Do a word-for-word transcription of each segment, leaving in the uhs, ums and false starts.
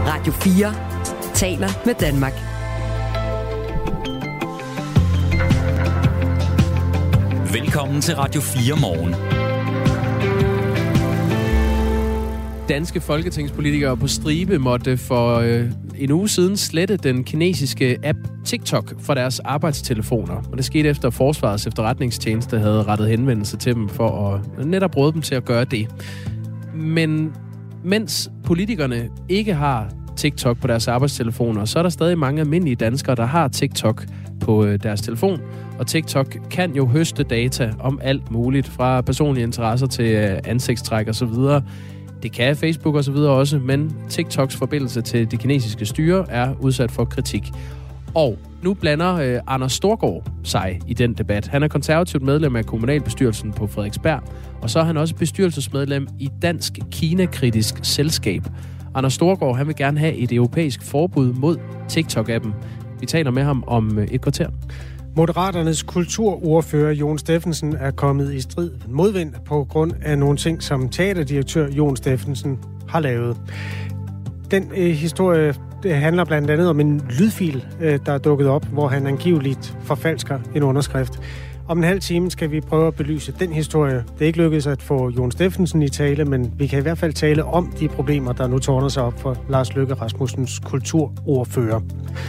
Radio fire taler med Danmark. Velkommen til Radio fire morgen. Danske folketingspolitikere på stribe måtte for øh, en uge siden slette den kinesiske app TikTok fra deres arbejdstelefoner. Og det skete efter Forsvarets efterretningstjeneste havde rettet henvendelse til dem for at netop råde dem til at gøre det. Men mens politikerne ikke har TikTok på deres arbejdstelefoner, så er der stadig mange almindelige danskere, der har TikTok på øh, deres telefon. Og TikTok kan jo høste data om alt muligt, fra personlige interesser til øh, ansigtstræk og så videre. Det kan Facebook og så videre også, men TikToks forbindelse til det kinesiske styre er udsat for kritik. Og nu blander øh, Anders Storgård sig i den debat. Han er konservativt medlem af kommunalbestyrelsen på Frederiksberg, og så er han også bestyrelsesmedlem i Dansk Kina-kritisk Selskab. Anders Storgård, han vil gerne have et europæisk forbud mod TikTok-appen. Vi taler med ham om et kvarter. Moderaternes kulturordfører Jon Steffensen er kommet i strid modvind på grund af nogle ting, som teaterdirektør Jon Steffensen har lavet. Den øh, historie det handler blandt andet om en lydfil, øh, der er dukket op, hvor han angiveligt forfalsker en underskrift. Om en halv time skal vi prøve at belyse den historie. Det er ikke lykkedes at få Jon Steffensen i tale, men vi kan i hvert fald tale om de problemer, der nu tårner sig op for Lars Løkke Rasmussens kulturordfører.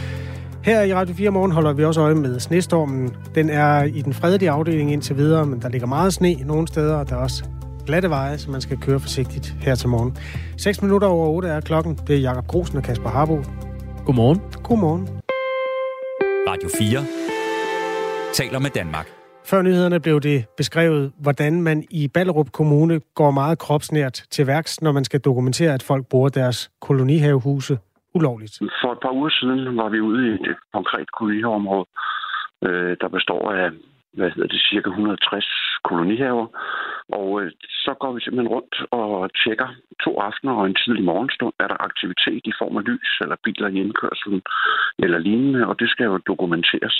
Her i Radio fire Morgen holder vi også øje med snestormen. Den er i den fredelige afdeling indtil videre, men der ligger meget sne nogle steder, og der er også glatte veje, så man skal køre forsigtigt her til morgen. seks minutter over otte er klokken. Det er Jakob Grosen og Kasper Harbo. Godmorgen. Godmorgen. Radio fire taler med Danmark. Før nyhederne blev det beskrevet, hvordan man i Ballerup Kommune går meget kropsnært til værks, når man skal dokumentere, at folk bruger deres kolonihavehuse ulovligt. For et par uger siden var vi ude i et konkret kolonihaveområde, øh, der består af hvad hedder det, cirka et hundrede og tres kolonihaver. Og øh, så går vi simpelthen rundt og tjekker to aftener og en tidlig morgenstund, er der aktivitet i form af lys eller biler i indkørselen eller lignende, og det skal jo dokumenteres.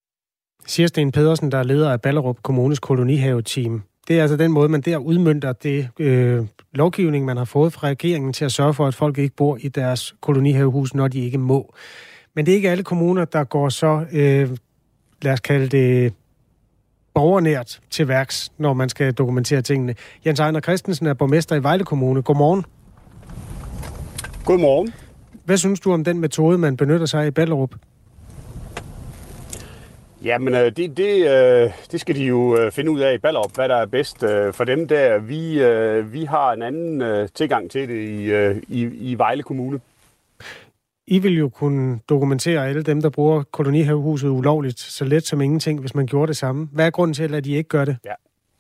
Siger Sten Pedersen, der er leder af Ballerup Kommunes kolonihaveteam. Det er altså den måde, man der udmønter det øh, lovgivning, man har fået fra regeringen til at sørge for, at folk ikke bor i deres kolonihavehus, når de ikke må. Men det er ikke alle kommuner, der går så, øh, lad os kalde det, borgernært til værks, når man skal dokumentere tingene. Jens Ejner Christensen er borgmester i Vejle Kommune. Godmorgen. Godmorgen. Hvad synes du om den metode, man benytter sig af i Ballerup? Jamen, det, det, det skal de jo finde ud af i Ballerup, hvad der er bedst for dem der. Vi, vi har en anden tilgang til det i, i, i Vejle Kommune. I vil jo kunne dokumentere alle dem, der bruger kolonihavehuset ulovligt, så let som ingenting, hvis man gjorde det samme. Hvad er grunden til, at de ikke gør det? Ja.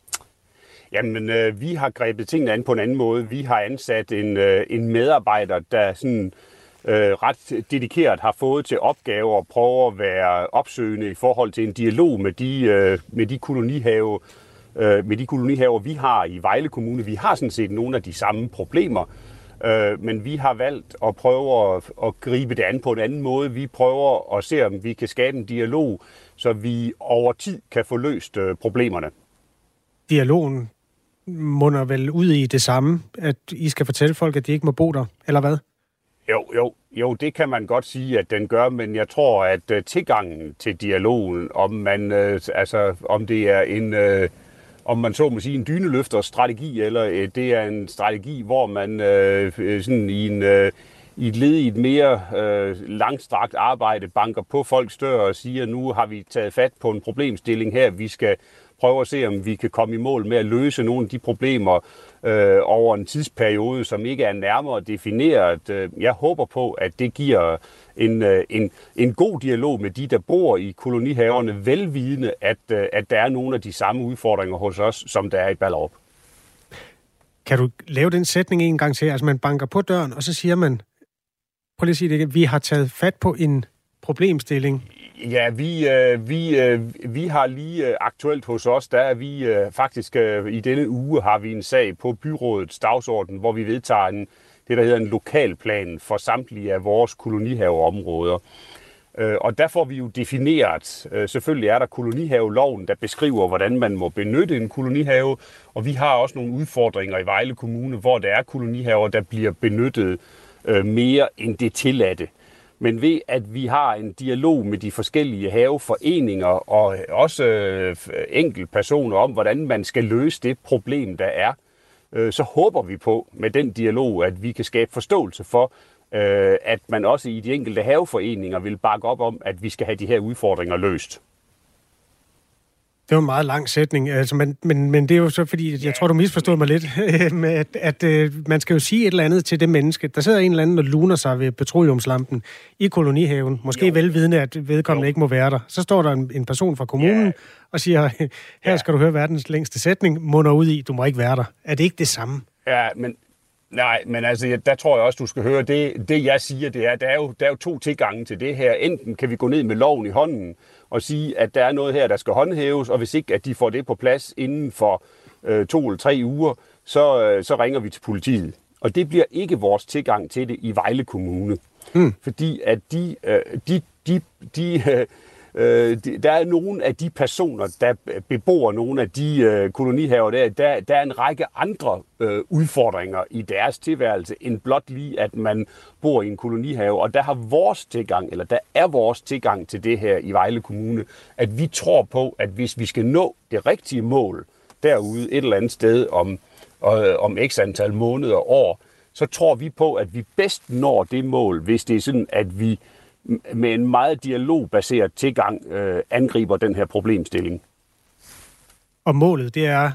Jamen, øh, vi har grebet tingene an på en anden måde. Vi har ansat en, øh, en medarbejder, der sådan øh, ret dedikeret har fået til opgave at prøve at være opsøgende i forhold til en dialog med de, øh, med de kolonihave, øh, med de kolonihaver, vi har i Vejle Kommune. Vi har sådan set nogle af de samme problemer, øh, men vi har valgt at prøve at, at gribe det an på en anden måde. Vi prøver at se, om vi kan skabe en dialog, så vi over tid kan få løst øh, problemerne. Dialogen munder vel ud i det samme, at I skal fortælle folk, at de ikke må bo der, eller hvad? Jo, jo, jo, det kan man godt sige, at den gør, men jeg tror, at uh, tilgangen til dialogen, om man, uh, altså, om det er en, uh, om man så må sige, en dyneløfterstrategi, eller uh, det er en strategi, hvor man uh, sådan i en uh, i et led i et mere uh, langstrakt arbejde banker på folks dør og siger, nu har vi taget fat på en problemstilling her, vi skal prøve at se, om vi kan komme i mål med at løse nogle af de problemer øh, over en tidsperiode, som ikke er nærmere defineret. Jeg håber på, at det giver en, en, en god dialog med de, der bor i kolonihaverne, velvidende, at, at der er nogle af de samme udfordringer hos os, som der er i Ballerup. Kan du lave den sætning en gang til? Altså, man banker på døren, og så siger man, prøv lige at sige det igen, vi har taget fat på en problemstilling. Ja, vi, øh, vi, øh, vi har lige øh, aktuelt hos os, der er vi øh, faktisk øh, i denne uge har vi en sag på byrådets dagsorden, hvor vi vedtager en, det, der hedder en lokalplan for samtlige af vores kolonihaveområder. Øh, og der får vi jo defineret, øh, selvfølgelig er der kolonihaveloven, der beskriver, hvordan man må benytte en kolonihave, og vi har også nogle udfordringer i Vejle Kommune, hvor der er kolonihaver, der bliver benyttet øh, mere end det tilladte. Men ved at vi har en dialog med de forskellige haveforeninger og også øh, enkeltpersoner om, hvordan man skal løse det problem, der er, øh, så håber vi på med den dialog, at vi kan skabe forståelse for, øh, at man også i de enkelte haveforeninger vil bakke op om, at vi skal have de her udfordringer løst. Det var en meget lang sætning, altså, men, men, men det er jo så fordi, jeg ja. tror, du misforstod mig lidt, med at, at, at man skal jo sige et eller andet til det menneske. Der sidder en eller anden og luner sig ved petroleumslampen i kolonihaven, måske jo. velvidende, at vedkommende jo. ikke må være der. Så står der en, en person fra kommunen ja. og siger, her ja. skal du høre verdens længste sætning, munder ud i, du må ikke være der. Er det ikke det samme? Ja, men nej, men altså, der tror jeg også, du skal høre, det, det jeg siger, det er, der er, jo, der er jo to tilgange til det her. Enten kan vi gå ned med loven i hånden, og sige, at der er noget her, der skal håndhæves, og hvis ikke, at de får det på plads inden for øh, to eller tre uger, så, øh, så ringer vi til politiet. Og det bliver ikke vores tilgang til det i Vejle Kommune. Mm. Fordi at de, øh, de, de, de, øh, de, der er nogle af de personer, der bebor nogle af de øh, kolonihaver, der, der, der er en række andre øh, udfordringer i deres tilværelse, end blot lige, at man bor i en kolonihave. Og der har vores tilgang, eller der er vores tilgang til det her i Vejle Kommune, at vi tror på, at hvis vi skal nå det rigtige mål derude et eller andet sted om, øh, om x antal måneder og år, så tror vi på, at vi bedst når det mål, hvis det er sådan, at vi med en meget dialogbaseret tilgang øh, angriber den her problemstilling. Og målet, det er,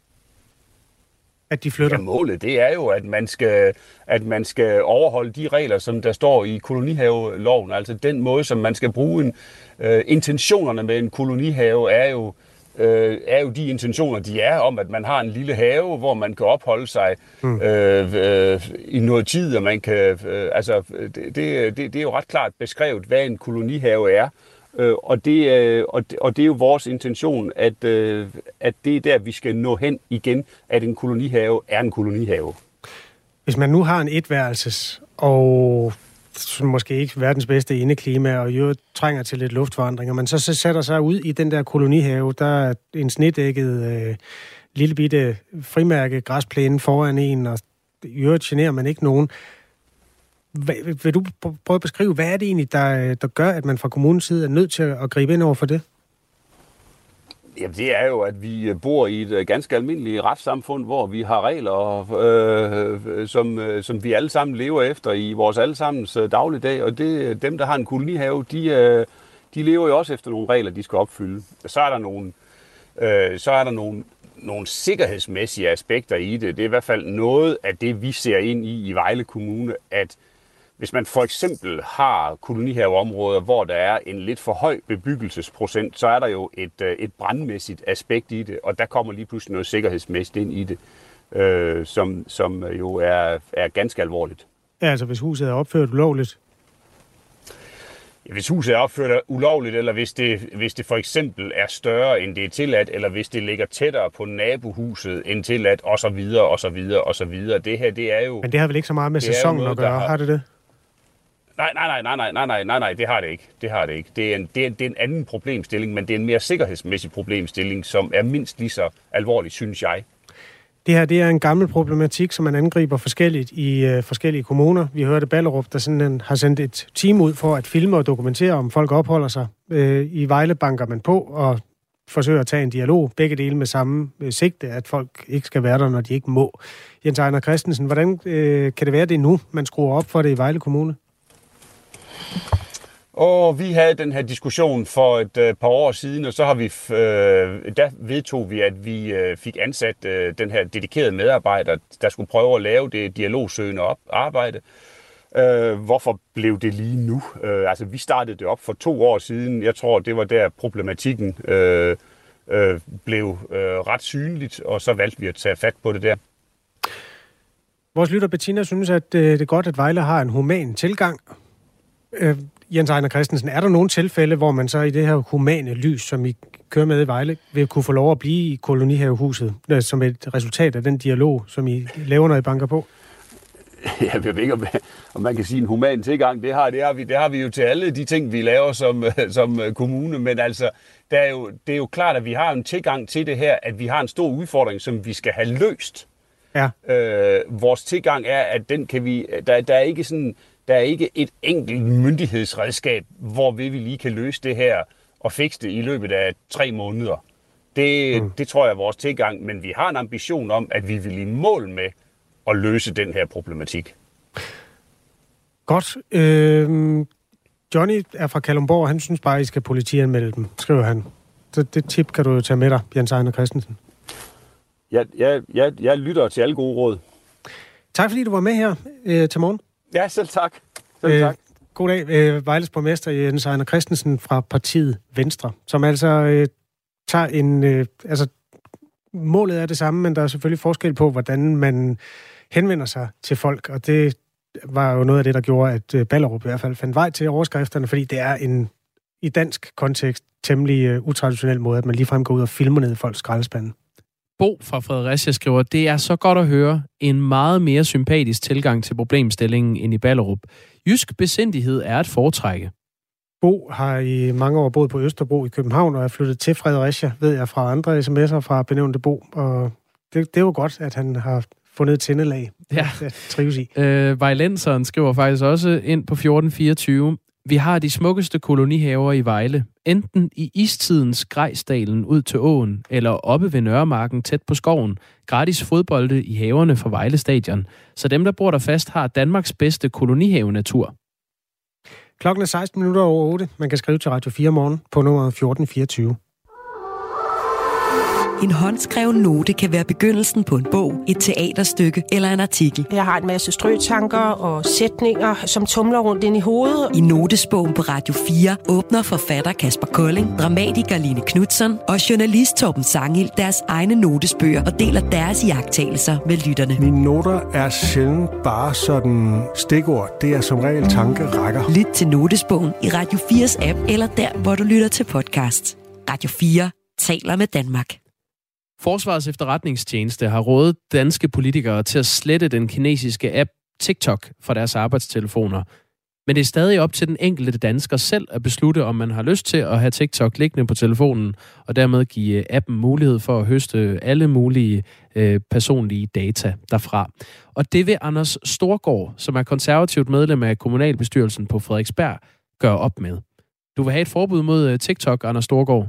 at de flytter? Ja, målet, det er jo, at man skal, at man skal overholde de regler, som der står i kolonihaveloven. Altså den måde, som man skal bruge en, øh, intentionerne med en kolonihave er jo, øh, er jo de intentioner, de er om, at man har en lille have, hvor man kan opholde sig mm. øh, øh, i noget tid, og man kan, øh, altså, det, det, det er jo ret klart beskrevet, hvad en kolonihave er, øh, og, det, øh, og, det, og det er jo vores intention, at, øh, at det er der, vi skal nå hen igen, at en kolonihave er en kolonihave. Hvis man nu har en etværelses, og som måske ikke verdens bedste indeklima, og jo trænger til lidt luftforandringer, men så, så sætter sig ud i den der kolonihave, der er en snedækket øh, lille bitte frimærke græsplæne foran en, og i øvrigt generer man ikke nogen. Vil, vil du prøve at beskrive, hvad er det egentlig, der, der gør, at man fra kommunens side er nødt til at gribe ind over for det? Jamen, det er jo, at vi bor i et ganske almindeligt retssamfund, hvor vi har regler, øh, som, som vi alle sammen lever efter i vores allesammens dagligdag. Og det, dem, der har en kolonihave, de, de lever jo også efter nogle regler, de skal opfylde. Så er der nogle, øh, så er der nogle, nogle sikkerhedsmæssige aspekter i det. Det er i hvert fald noget af det, vi ser ind i i Vejle Kommune, at hvis man for eksempel har kolonihaveområder, hvor der er en lidt for høj bebyggelsesprocent, så er der jo et, et brandmæssigt aspekt i det, og der kommer lige pludselig noget sikkerhedsmæssigt ind i det, øh, som, som jo er, er ganske alvorligt. Ja, altså hvis huset er opført ulovligt? Ja, hvis huset er opført ulovligt, eller hvis det, hvis det for eksempel er større, end det er tilladt, eller hvis det ligger tættere på nabohuset end tilladt, osv., osv., osv. Det her, det er jo... Men det har vel ikke så meget med sæsonen at gøre, har... har det det? Nej, nej, nej, nej, nej, nej, nej, nej, det har det ikke. Det har det ikke. Det er, en, det, er, det er en anden problemstilling, men det er en mere sikkerhedsmæssig problemstilling, som er mindst lige så alvorlig, synes jeg. Det her, det er en gammel problematik, som man angriber forskelligt i øh, forskellige kommuner. Vi hørte Ballerup, der sådan en, har sendt et team ud for at filme og dokumentere, om folk opholder sig. Øh, I Vejle banker man på og forsøger at tage en dialog. Begge dele med samme øh, sigte, at folk ikke skal være der, når de ikke må. Jens Ejner Christensen, hvordan øh, kan det være det nu, man skruer op for det i Vejle Kommune? Og vi havde den her diskussion for et øh, par år siden, og så har vi, øh, der vedtog vi, at vi øh, fik ansat øh, den her dedikerede medarbejder, der skulle prøve at lave det dialogsøgende op, arbejde. Øh, hvorfor blev det lige nu? Øh, altså, vi startede det op for to år siden. Jeg tror, det var der problematikken øh, øh, blev øh, ret synligt, og så valgte vi at tage fat på det der. Vores lytter Bettina synes, at øh, det er godt, at Vejle har en human tilgang. Øh, Jens Ejner Christensen, er der nogle tilfælde, hvor man så i det her humane lys, som I kører med i Vejle, vil kunne få lov at blive i kolonihavehuset, som et resultat af den dialog, som I laver, når I banker på? Jeg ved ikke, om man kan sige en human tilgang. Det har, det har, vi, det har vi jo til alle de ting, vi laver som, som kommune. Men altså, der er jo, det er jo klart, at vi har en tilgang til det her, at vi har en stor udfordring, som vi skal have løst. Ja. Øh, vores tilgang er, at den kan vi, der, der er ikke sådan, der er ikke et enkelt myndighedsredskab, hvor vi lige kan løse det her og fikse det i løbet af tre måneder. Det, mm. det tror jeg er vores tilgang, men vi har en ambition om, at vi vil i mål med at løse den her problematik. Godt. Øh, Johnny er fra Kalundborg, og han synes bare, at I skal politianmelde dem, skriver han. Så det tip kan du jo tage med dig, Jens Ejner Christensen. Jeg, jeg, jeg, jeg lytter til alle gode råd. Tak fordi du var med her øh, til morgen. Ja, selv tak. Selv tak. Øh, god dag, øh, Vejles borgmester Jens Ejner Christensen fra partiet Venstre, som altså øh, tager en... Øh, altså, målet er det samme, men der er selvfølgelig forskel på, hvordan man henvender sig til folk, og det var jo noget af det, der gjorde, at Ballerup i hvert fald fandt vej til overskrifterne, fordi det er en i dansk kontekst temmelig uh, utraditionel måde, at man ligefrem går ud og filmer ned i folks skraldespande. Bo fra Fredericia skriver, det er så godt at høre en meget mere sympatisk tilgang til problemstillingen end i Ballerup. Jysk besindighed er at foretrække. Bo har i mange år boet på Østerbro i København og er flyttet til Fredericia, ved jeg fra andre sms'er fra benævnte Bo, og det, det er jo godt, at han har fundet et tindelag ja. at trives i. Øh, Vejlenseren skriver faktisk også ind på fjorten fireogtyve. Vi har de smukkeste kolonihaver i Vejle. Enten i istidens Grejsdalen ud til åen, eller oppe ved Nørremarken tæt på skoven. Gratis fodbolde i haverne fra Vejle Stadion. Så dem, der bor der fast, har Danmarks bedste kolonihavenatur. Klokken er seksten minutter over otte. Man kan skrive til Radio fire morgen på nummeret fjorten fireogtyve. En håndskreven note kan være begyndelsen på en bog, et teaterstykke eller en artikel. Jeg har en masse strøtanker og sætninger, som tumler rundt ind i hovedet. I notesbogen på Radio fire åbner forfatter Kasper Kolding, dramatiker Line Knutzon og journalist Torben Sanghild deres egne notesbøger og deler deres iagttagelser med lytterne. Mine noter er sjældent bare sådan stikord. Det er som regel tankerækker. Lyt til notesbogen i Radio fires app eller der, hvor du lytter til podcast. Radio fire taler med Danmark. Forsvarets efterretningstjeneste har rådet danske politikere til at slette den kinesiske app TikTok fra deres arbejdstelefoner. Men det er stadig op til den enkelte dansker selv at beslutte, om man har lyst til at have TikTok liggende på telefonen, og dermed give appen mulighed for at høste alle mulige øh, personlige data derfra. Og det vil Anders Storgård, som er konservativt medlem af kommunalbestyrelsen på Frederiksberg, gøre op med. Du vil have et forbud mod TikTok, Anders Storgård?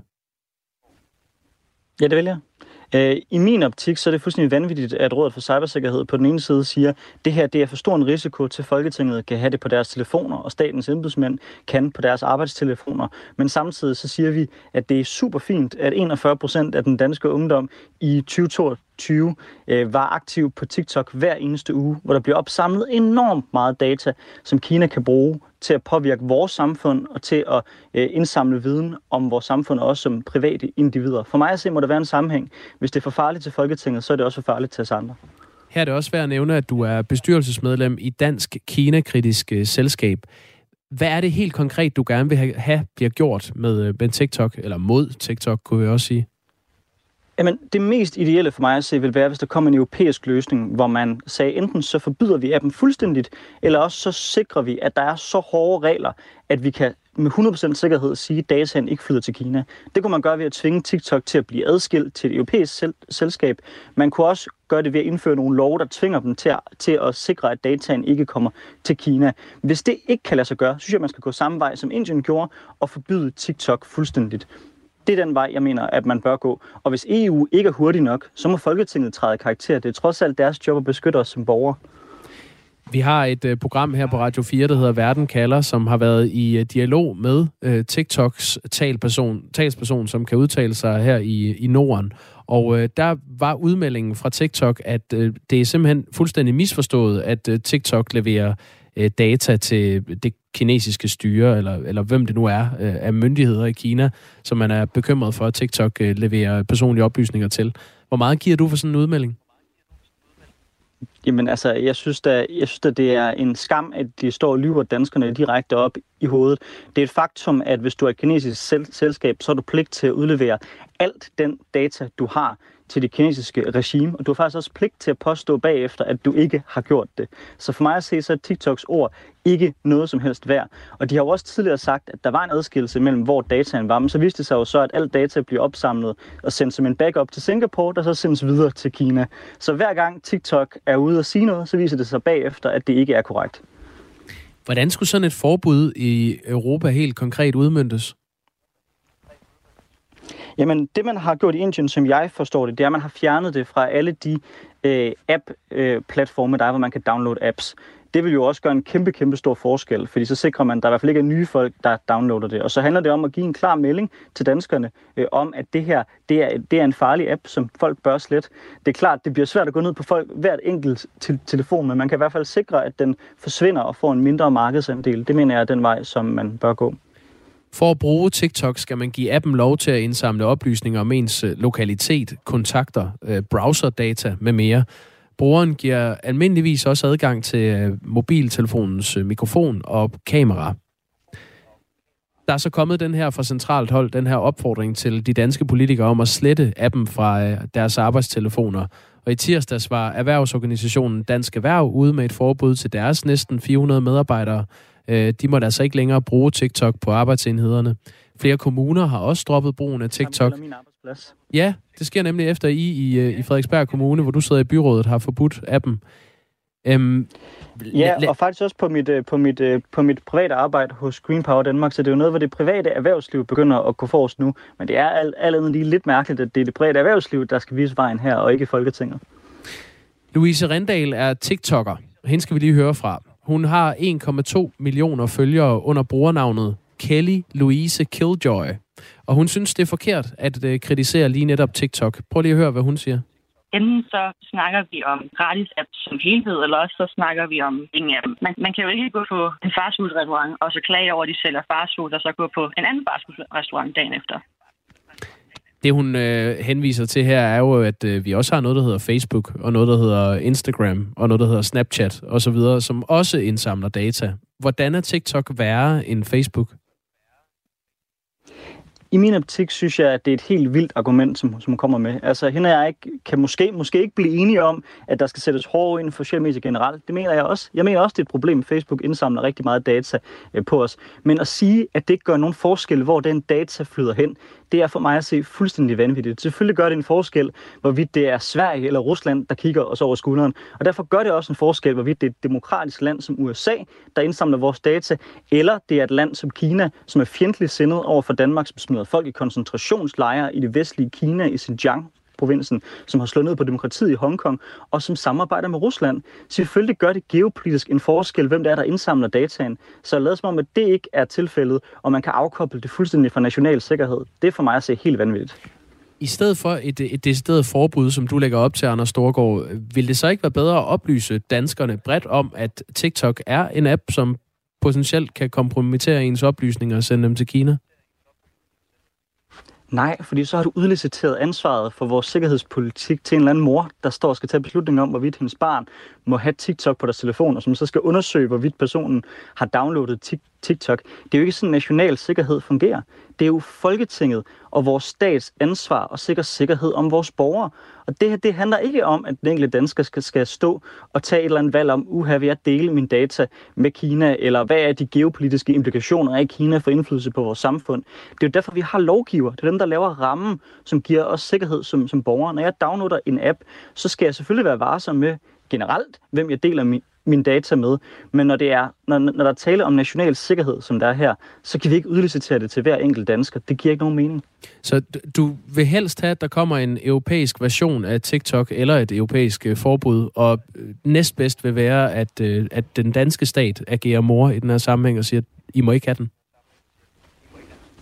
Ja, det vil jeg. I min optik, så er det fuldstændig vanvittigt, at Rådet for Cybersikkerhed på den ene side siger, at det her det er for stor en risiko til, Folketinget kan have det på deres telefoner, og statens embedsmænd kan på deres arbejdstelefoner. Men samtidig så siger vi, at det er super fint, at enogfyrre procent af den danske ungdom i tyve toogtyve øh, var aktiv på TikTok hver eneste uge, hvor der bliver opsamlet enormt meget data, som Kina kan bruge til at påvirke vores samfund og til at øh, indsamle viden om vores samfund, også som private individer. For mig at se, må der være en sammenhæng. Hvis det er for farligt til Folketinget, så er det også for farligt til os andre. Her er det også værd at nævne, at du er bestyrelsesmedlem i Dansk Kina-kritisk Selskab. Hvad er det helt konkret, du gerne vil have bliver gjort med, med TikTok, eller mod TikTok, kunne jeg også sige? Jamen, det mest ideelle for mig at se vil være, hvis der kommer en europæisk løsning, hvor man sagde, enten så forbyder vi appen fuldstændigt, eller også så sikrer vi, at der er så hårde regler, at vi kan med hundrede procent sikkerhed sige, at dataen ikke flyder til Kina. Det kunne man gøre ved at tvinge TikTok til at blive adskilt til et europæisk sel- selskab. Man kunne også gøre det ved at indføre nogle love, der tvinger dem til at, til at sikre, at dataen ikke kommer til Kina. Hvis det ikke kan lade sig gøre, så synes jeg, man skal gå samme vej, som Indien gjorde, og forbyde TikTok fuldstændigt. Det er den vej, jeg mener, at man bør gå. Og hvis E U ikke er hurtig nok, så må Folketinget træde karakter. Det er trods alt deres job at beskytte os som borgere. Vi har et uh, program her på Radio fire, der hedder Verden kalder, som har været i uh, dialog med uh, TikToks talperson, talsperson, som kan udtale sig her i, i Norden. Og uh, der var udmeldingen fra TikTok, at uh, det er simpelthen fuldstændig misforstået, at uh, TikTok leverer uh, data til det kinesiske styre, eller, eller hvem det nu er, uh, af myndigheder i Kina, som man er bekymret for, at TikTok uh, leverer personlige oplysninger til. Hvor meget giver du for sådan en udmelding? Jamen altså, jeg synes da, jeg synes da, det er en skam, at de står og lyver danskerne direkte op i hovedet. Det er et faktum, at hvis du er et kinesisk sel- selskab, så har du pligt til at udlevere alt den data, du har til det kinesiske regime, og du har faktisk også pligt til at påstå bagefter, at du ikke har gjort det. Så for mig at se, så er TikToks ord ikke noget som helst værd. Og de har jo også tidligere sagt, at der var en adskillelse mellem, hvor dataen var, men så viste det sig jo så, at alt data bliver opsamlet og sendt som en backup til Singapore, der så sendes videre til Kina. Så hver gang TikTok er ude og sige noget, så viser det sig bagefter, at det ikke er korrekt. Hvordan skulle sådan et forbud i Europa helt konkret udmøntes? Jamen, det man har gjort i Indien, som jeg forstår det, det er, at man har fjernet det fra alle de øh, app-platforme, der er, hvor man kan downloade apps. Det vil jo også gøre en kæmpe, kæmpe stor forskel, fordi så sikrer man, at der i hvert fald ikke er nye folk, der downloader det. Og så handler det om at give en klar melding til danskerne øh, om, at det her det er, det er en farlig app, som folk bør slette. Det er klart, det bliver svært at gå ned på folk hvert enkelt til telefon, men man kan i hvert fald sikre, at den forsvinder og får en mindre markedsandel. Det mener jeg er den vej, som man bør gå. For at bruge TikTok skal man give appen lov til at indsamle oplysninger om ens lokalitet, kontakter, browserdata med mere. Brugeren giver almindeligvis også adgang til mobiltelefonens mikrofon og kamera. Der er så kommet den her fra centralt hold, den her opfordring til de danske politikere om at slette appen fra deres arbejdstelefoner. Og i tirsdags var erhvervsorganisationen Dansk Erhverv ude med et forbud til deres næsten fire hundrede medarbejdere. De måtte altså ikke længere bruge TikTok på arbejdsenhederne. Flere kommuner har også droppet brugen af TikTok. Ja, det sker nemlig efter I i, i Frederiksberg Kommune, hvor du sidder i byrådet, har forbudt appen. Øhm, ja, og faktisk også på mit, på, mit, på mit private arbejde hos Green Power Danmark, så det er jo noget, hvor det private erhvervsliv begynder at gå forrest nu. Men det er alt andet lige lidt mærkeligt, at det er det private erhvervsliv, der skal vise vejen her, og ikke Folketinget. Louise Rindal er TikToker. Hende skal vi lige høre fra. Hun har en komma to millioner følgere under brugernavnet Kelly Louise Killjoy. Og hun synes, det er forkert at uh, kritisere lige netop TikTok. Prøv lige at høre, hvad hun siger. Enten så snakker vi om gratis apps som helhed, eller også så snakker vi om ingen af dem. Man, man kan jo ikke gå på en fastfood-restaurant og så klage over, at de sælger fastfood, og så gå på en anden fastfood-restaurant dagen efter. Det, hun øh, henviser til her, er jo, at øh, vi også har noget, der hedder Facebook, og noget, der hedder Instagram, og noget, der hedder Snapchat, osv., som også indsamler data. Hvordan er TikTok værre end Facebook? I min optik synes jeg, at det er et helt vildt argument, som, som hun kommer med. Altså, hende og jeg ikke, kan måske, måske ikke blive enige om, at der skal sættes hårdere ind for sociale medier generelt. Det mener jeg også. Jeg mener også, det er et problem, at Facebook indsamler rigtig meget data øh, på os. Men at sige, at det ikke gør nogen forskel, hvor den data flyder hen, det er for mig at se fuldstændig vanvittigt. Selvfølgelig gør det en forskel, hvorvidt det er Sverige eller Rusland, der kigger os over skulderen. Og derfor gør det også en forskel, hvorvidt det er et demokratisk land som U S A, der indsamler vores data, eller det er et land som Kina, som er fjendtligt sindet over for Danmark, som smider folk i koncentrationslejre i det vestlige Kina, i Xinjiang-provinsen, som har slået ned på demokratiet i Hongkong, og som samarbejder med Rusland. Selvfølgelig gør det geopolitisk en forskel, hvem det er, der indsamler dataen. Så lad os som om, at det ikke er tilfældet, og man kan afkoble det fuldstændig fra national sikkerhed. Det er for mig at se helt vanvittigt. I stedet for et, et decideret forbud, som du lægger op til, Anders Storgård, vil det så ikke være bedre at oplyse danskerne bredt om, at TikTok er en app, som potentielt kan kompromittere ens oplysninger og sende dem til Kina? Nej, fordi så har du udliciteret ansvaret for vores sikkerhedspolitik til en eller anden mor, der står og skal tage beslutning om, hvorvidt hendes barn må have TikTok på deres telefon, og som så skal undersøge, hvorvidt personen har downloadet TikTok. Det er jo ikke sådan, national sikkerhed fungerer. Det er jo Folketinget og vores stats ansvar at sikre sikkerhed om vores borgere. Og det her, det handler ikke om, at den enkelte dansker skal, skal stå og tage et eller andet valg om, uha, vil jeg dele mine data med Kina, eller hvad er de geopolitiske implikationer af Kina for indflydelse på vores samfund. Det er jo derfor, vi har lovgiver. Det er dem, der laver rammen, som giver os sikkerhed som, som borgere. Når jeg downloader en app, så skal jeg selvfølgelig være varsom med generelt, hvem jeg deler min mine data med. Men når, det er, når, når der er tale om national sikkerhed, som der er her, så kan vi ikke udlicitere det til hver enkelt dansker. Det giver ikke nogen mening. Så du vil helst have, at der kommer en europæisk version af TikTok eller et europæisk forbud, og næstbedst vil være, at, at den danske stat agerer mor i den her sammenhæng og siger, at I må ikke have den?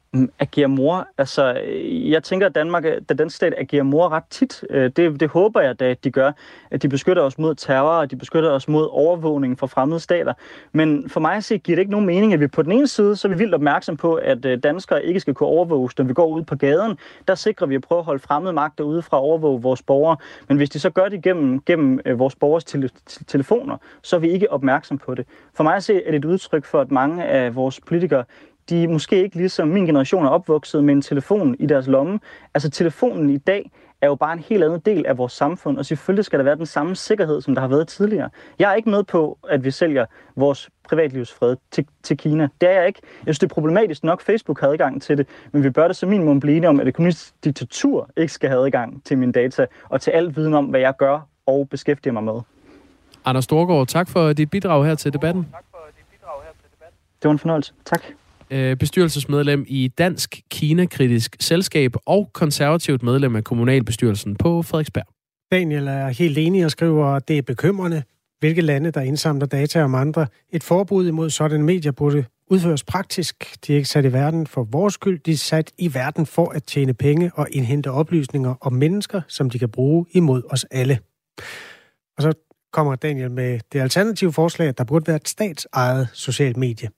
Agerer mor? Altså, jeg tænker, at Danmark, at dansk stat agerer mor ret tit. Det, det håber jeg da, at de gør. At de beskytter os mod terror, og de beskytter os mod overvågning fra fremmede stater. Men for mig at se, giver det ikke nogen mening, at vi på den ene side, så er vi vildt opmærksom på, at danskere ikke skal kunne overvåges, når vi går ud på gaden. Der sikrer vi at prøve at holde fremmede magter ude fra at overvåge vores borgere. Men hvis de så gør det gennem, gennem vores borgers tele- telefoner, så er vi ikke opmærksom på det. For mig at se, er det et udtryk for, at mange af vores politikere, de måske ikke ligesom min generation er opvokset med en telefon i deres lomme. Altså telefonen i dag er jo bare en helt anden del af vores samfund, og selvfølgelig skal der være den samme sikkerhed, som der har været tidligere. Jeg er ikke med på, at vi sælger vores privatlivsfred til, til Kina. Det er jeg ikke. Jeg synes, det er problematisk nok, Facebook har adgang til det, men vi bør det som minimum blive enige om, at et kommunistisk diktatur ikke skal have adgang til mine data, og til al viden om, hvad jeg gør og beskæftiger mig med. Anders Storgård, tak for dit bidrag her til debatten. Det var en fornøjelse. Tak. Bestyrelsesmedlem i Dansk Kina-kritisk Selskab og konservativt medlem af kommunalbestyrelsen på Frederiksberg. Daniel er helt enig og skriver, at det er bekymrende, hvilke lande, der indsamler data om andre. Et forbud imod sådanne medier burde udføres praktisk. De er ikke sat i verden for vores skyld. De er sat i verden for at tjene penge og indhente oplysninger om mennesker, som de kan bruge imod os alle. Og så kommer Daniel med det alternative forslag, at der burde være et statsejet socialt medie.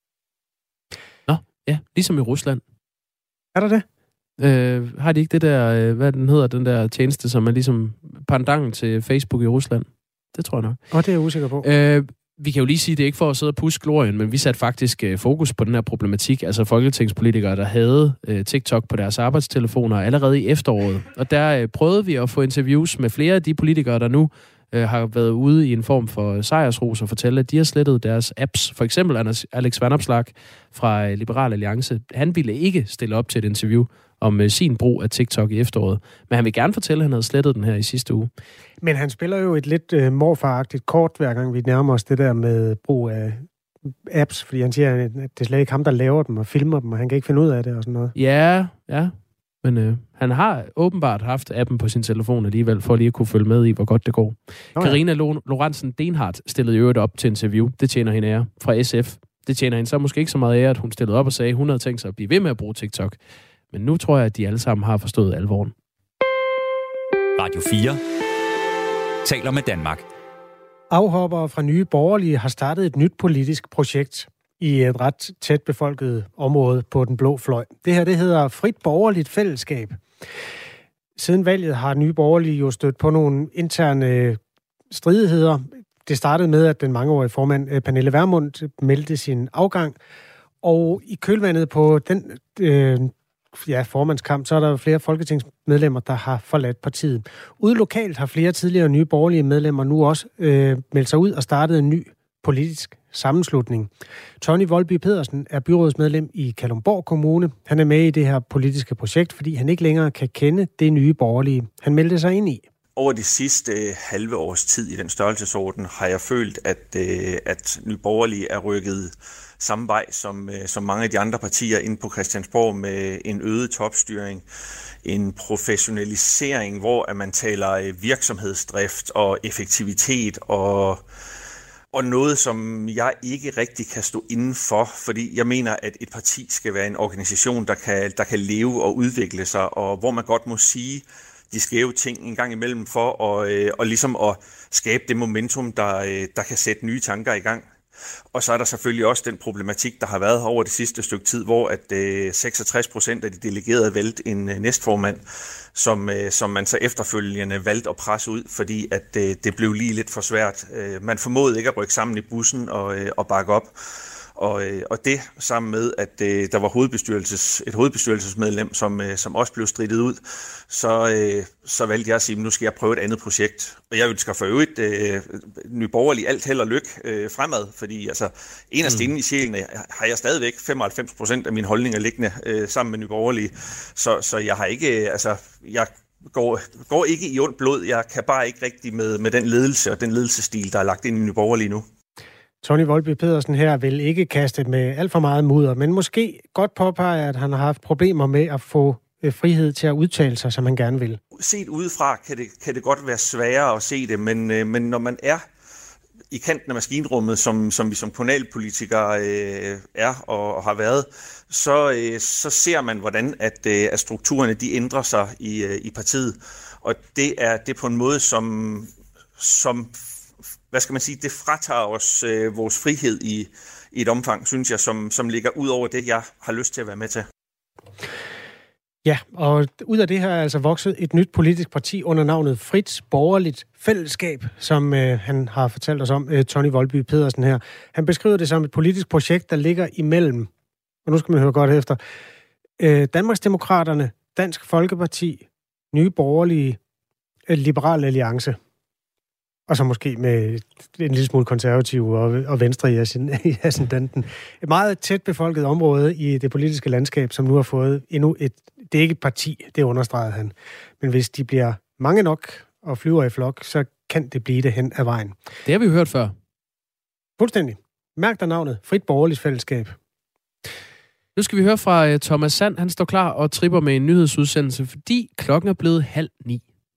Ja, ligesom i Rusland. Er der det? Øh, har de ikke det der, øh, hvad den hedder, den der tjeneste, som er ligesom pandangen til Facebook i Rusland? Det tror jeg nok. Og det er jeg usikker på. Øh, vi kan jo lige sige, det er ikke for at sidde og puske glorien, men vi satte faktisk øh, fokus på den her problematik, altså folketingspolitikere, der havde øh, TikTok på deres arbejdstelefoner allerede i efteråret. Og der øh, prøvede vi at få interviews med flere af de politikere, der nu har været ude i en form for sejrsros og fortælle, at de har slettet deres apps. For eksempel Alex Vanopslagh fra Liberal Alliance. Han ville ikke stille op til et interview om sin brug af TikTok i efteråret. Men han vil gerne fortælle, at han havde slettet den her i sidste uge. Men han spiller jo et lidt uh, morfaragtigt kort, hver gang vi nærmer os det der med brug af apps, fordi han siger, at det er slet ikke ham, der laver dem og filmer dem, og han kan ikke finde ud af det og sådan noget. Ja, ja. Men øh, han har åbenbart haft appen på sin telefon alligevel, for lige at kunne følge med i, hvor godt det går. Karina ja. Lorentzen Denhardt stillede øvrigt op til interview. Det tjener hende ære fra S F. Det tjener hende så måske ikke så meget ære, at hun stillede op og sagde, at hun havde tænkt sig at blive ved med at bruge TikTok. Men nu tror jeg, at de alle sammen har forstået alvoren. Radio fire taler med Danmark. Afhoppere fra Nye Borgerlige har startet et nyt politisk projekt i et ret tæt befolket område på den blå fløj. Det her, det hedder Frit Borgerligt Fællesskab. Siden valget har Nye Borgerlige jo stødt på nogle interne stridigheder. Det startede med, at den mangeårige formand Pernille Vermund meldte sin afgang, og i kølvandet på den øh, ja, formandskamp, så er der flere folketingsmedlemmer, der har forladt partiet. Ude lokalt har flere tidligere Nye Borgerlige medlemmer nu også øh, meldt sig ud og startet en ny politisk sammenslutning. Tony Voldby Pedersen er byrådsmedlem i Kalundborg Kommune. Han er med i det her politiske projekt, fordi han ikke længere kan kende det Nye Borgerlige. Han meldte sig ind i. Over de sidste halve års tid i den størrelsesorden har jeg følt, at, at Nye Borgerlige er rykket samme vej som, som mange af de andre partier inde på Christiansborg med en øget topstyring, en professionalisering, hvor man taler virksomhedsdrift og effektivitet og Og noget, som jeg ikke rigtig kan stå inden for, fordi jeg mener, at et parti skal være en organisation, der kan, der kan leve og udvikle sig, og hvor man godt må sige de skæve ting en gang imellem for at, øh, og ligesom at skabe det momentum, der, øh, der kan sætte nye tanker i gang. Og så er der selvfølgelig også den problematik, der har været over det sidste stykke tid, hvor at øh, seksogtres procent af de delegerede valgte en øh, næstformand, som, øh, som man så efterfølgende valgte at presse ud, fordi at øh, det blev lige lidt for svært. Øh, man formåede ikke at rykke sammen i bussen og, øh, og bakke op. Og, øh, og det sammen med, at øh, der var hovedbestyrelses, et hovedbestyrelsesmedlem, som, øh, som også blev strittet ud, så, øh, så valgte jeg at sige, nu skal jeg prøve et andet projekt. Og jeg ønsker for øvrigt øh, Nye Borgerlige alt held og lykke øh, fremad, fordi altså, en af stenene i sjælen har jeg stadigvæk femoghalvfems procent af mine holdninger liggende øh, sammen med Nye Borgerlige. Så, så jeg har ikke, øh, altså, jeg går, går ikke i ondt blod. Jeg kan bare ikke rigtig med, med den ledelse og den ledelsesstil, der er lagt ind i Nye Borgerlige nu. Tony Voldby Pedersen her vil ikke kaste med alt for meget mudder, men måske godt påpege, at han har haft problemer med at få frihed til at udtale sig, som han gerne vil. Set udefra kan det, kan det godt være sværere at se det, men, men når man er i kanten af maskinrummet, som, som vi som kommunalpolitikere øh, er og, og har været, så, øh, så ser man, hvordan at, øh, at strukturerne de ændrer sig i, øh, i partiet. Og det er det på en måde, som, som hvad skal man sige, det fratager os øh, vores frihed i, i et omfang, synes jeg, som, som ligger ud over det, jeg har lyst til at være med til. Ja, og ud af det her er altså vokset et nyt politisk parti under navnet Frit Borgerligt Fællesskab, som øh, han har fortalt os om, øh, Tony Voldby Pedersen her. Han beskriver det som et politisk projekt, der ligger imellem, og nu skal man høre godt efter, øh, Danmarksdemokraterne, Dansk Folkeparti, Nye Borgerlige, øh, Liberal Alliance, og så måske med en lille smule konservative og, og venstre i ascendanten. Et meget tæt befolket område i det politiske landskab, som nu har fået endnu et... Det er ikke et parti, det understregede han. Men hvis de bliver mange nok og flyver i flok, så kan det blive det hen ad vejen. Det har vi jo hørt før. Fuldstændig. Mærk dig navnet. Frit Borgerligt Fællesskab. Nu skal vi høre fra Thomas Sand. Han står klar og tripper med en nyhedsudsendelse, fordi klokken er blevet halv ni.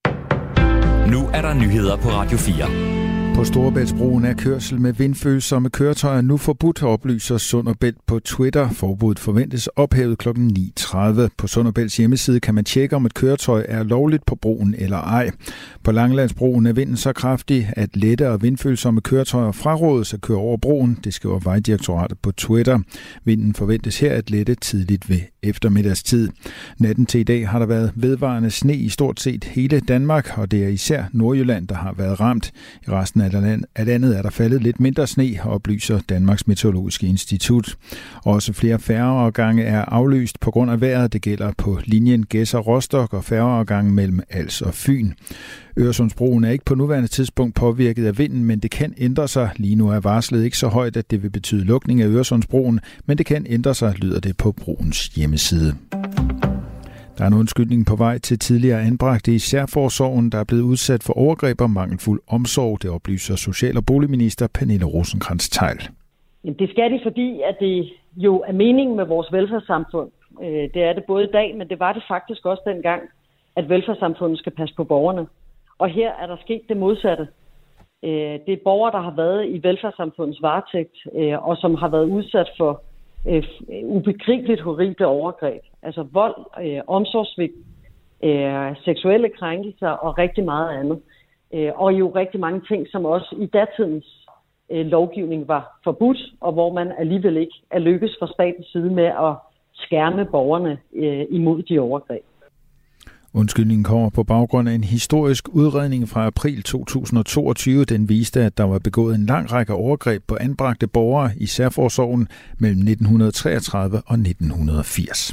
Nu er der nyheder på Radio fire. På Storebæltsbroen er kørsel med vindfølsomme køretøjer nu forbudt, oplyser Sund og Bælt på Twitter. Forbuddet forventes ophævet klokken ni tredive. På Sund og Bælts hjemmeside kan man tjekke, om et køretøj er lovligt på broen eller ej. På Langelandsbroen er vinden så kraftig, at lette og vindfølsomme køretøjer frarådes at køre over broen. Det skriver Vejdirektoratet på Twitter. Vinden forventes her at lette tidligt ved eftermiddagstid. Natten til i dag har der været vedvarende sne i stort set hele Danmark, og det er især Nordjylland, der har været ramt. I resten af landet er der faldet lidt mindre sne, oplyser Danmarks Meteorologiske Institut. Også flere færgeafgange er aflyst på grund af vejret. Det gælder på linjen Gedser-Rostock og færgeafgange mellem Als og Fyn. Øresundsbroen er ikke på nuværende tidspunkt påvirket af vinden, men det kan ændre sig. Lige nu er varslet ikke så højt, at det vil betyde lukning af Øresundsbroen, men det kan ændre sig, lyder det på broens hjemmeside. Der er en undskyldning på vej til tidligere anbragte i Særforsorgen, der er blevet udsat for overgreb og mangelfuld omsorg. Det oplyser social- og boligminister Pernille Rosenkrantz-Theil. Det skal det, fordi at det jo er meningen med vores velfærdssamfund. Det er det både i dag, men det var det faktisk også dengang, at velfærdssamfundet skal passe på borgerne. Og her er der sket det modsatte. Det er borgere, der har været i velfærdssamfundets varetægt, og som har været udsat for ubegribeligt horrible overgreb. Altså vold, øh, omsorgssvigt, øh, seksuelle krænkelser og rigtig meget andet. Øh, og jo rigtig mange ting, som også i datidens øh, lovgivning var forbudt, og hvor man alligevel ikke er lykkes fra statens side med at skærme borgerne øh, imod de overgreb. Undskyldningen kommer på baggrund af en historisk udredning fra april to tusind og toogtyve. Den viste, at der var begået en lang række overgreb på anbragte borgere i Særforsorgen mellem nitten treogtredive og nitten firs.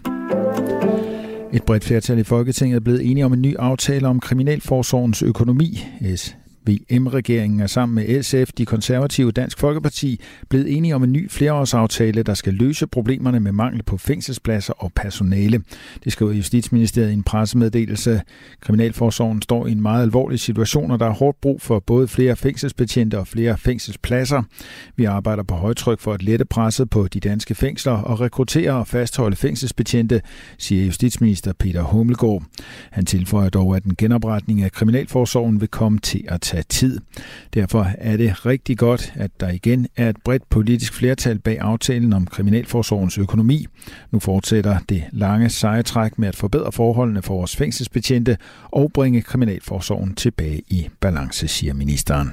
Et bredt flertal i Folketinget er blevet enige om en ny aftale om kriminalforsorgens økonomi. S V M-regeringen er sammen med S F, De Konservative og Dansk Folkeparti blevet enige om en ny flereårsaftale, der skal løse problemerne med mangel på fængselspladser og personale. Det skriver Justitsministeriet i en pressemeddelelse. Kriminalforsorgen står i en meget alvorlig situation, og der er hårdt brug for både flere fængselsbetjente og flere fængselspladser. Vi arbejder på højtryk for at lette presset på de danske fængsler og rekruttere og fastholde fængselsbetjente, siger justitsminister Peter Hummelgaard. Han tilføjer dog, at en genopretning af kriminalforsorgen vil komme til at tage tid. Derfor er det rigtig godt, at der igen er et bredt politisk flertal bag aftalen om kriminalforsorgens økonomi. Nu fortsætter det lange seje træk med at forbedre forholdene for vores fængselsbetjente og bringe kriminalforsorgen tilbage i balance, siger ministeren.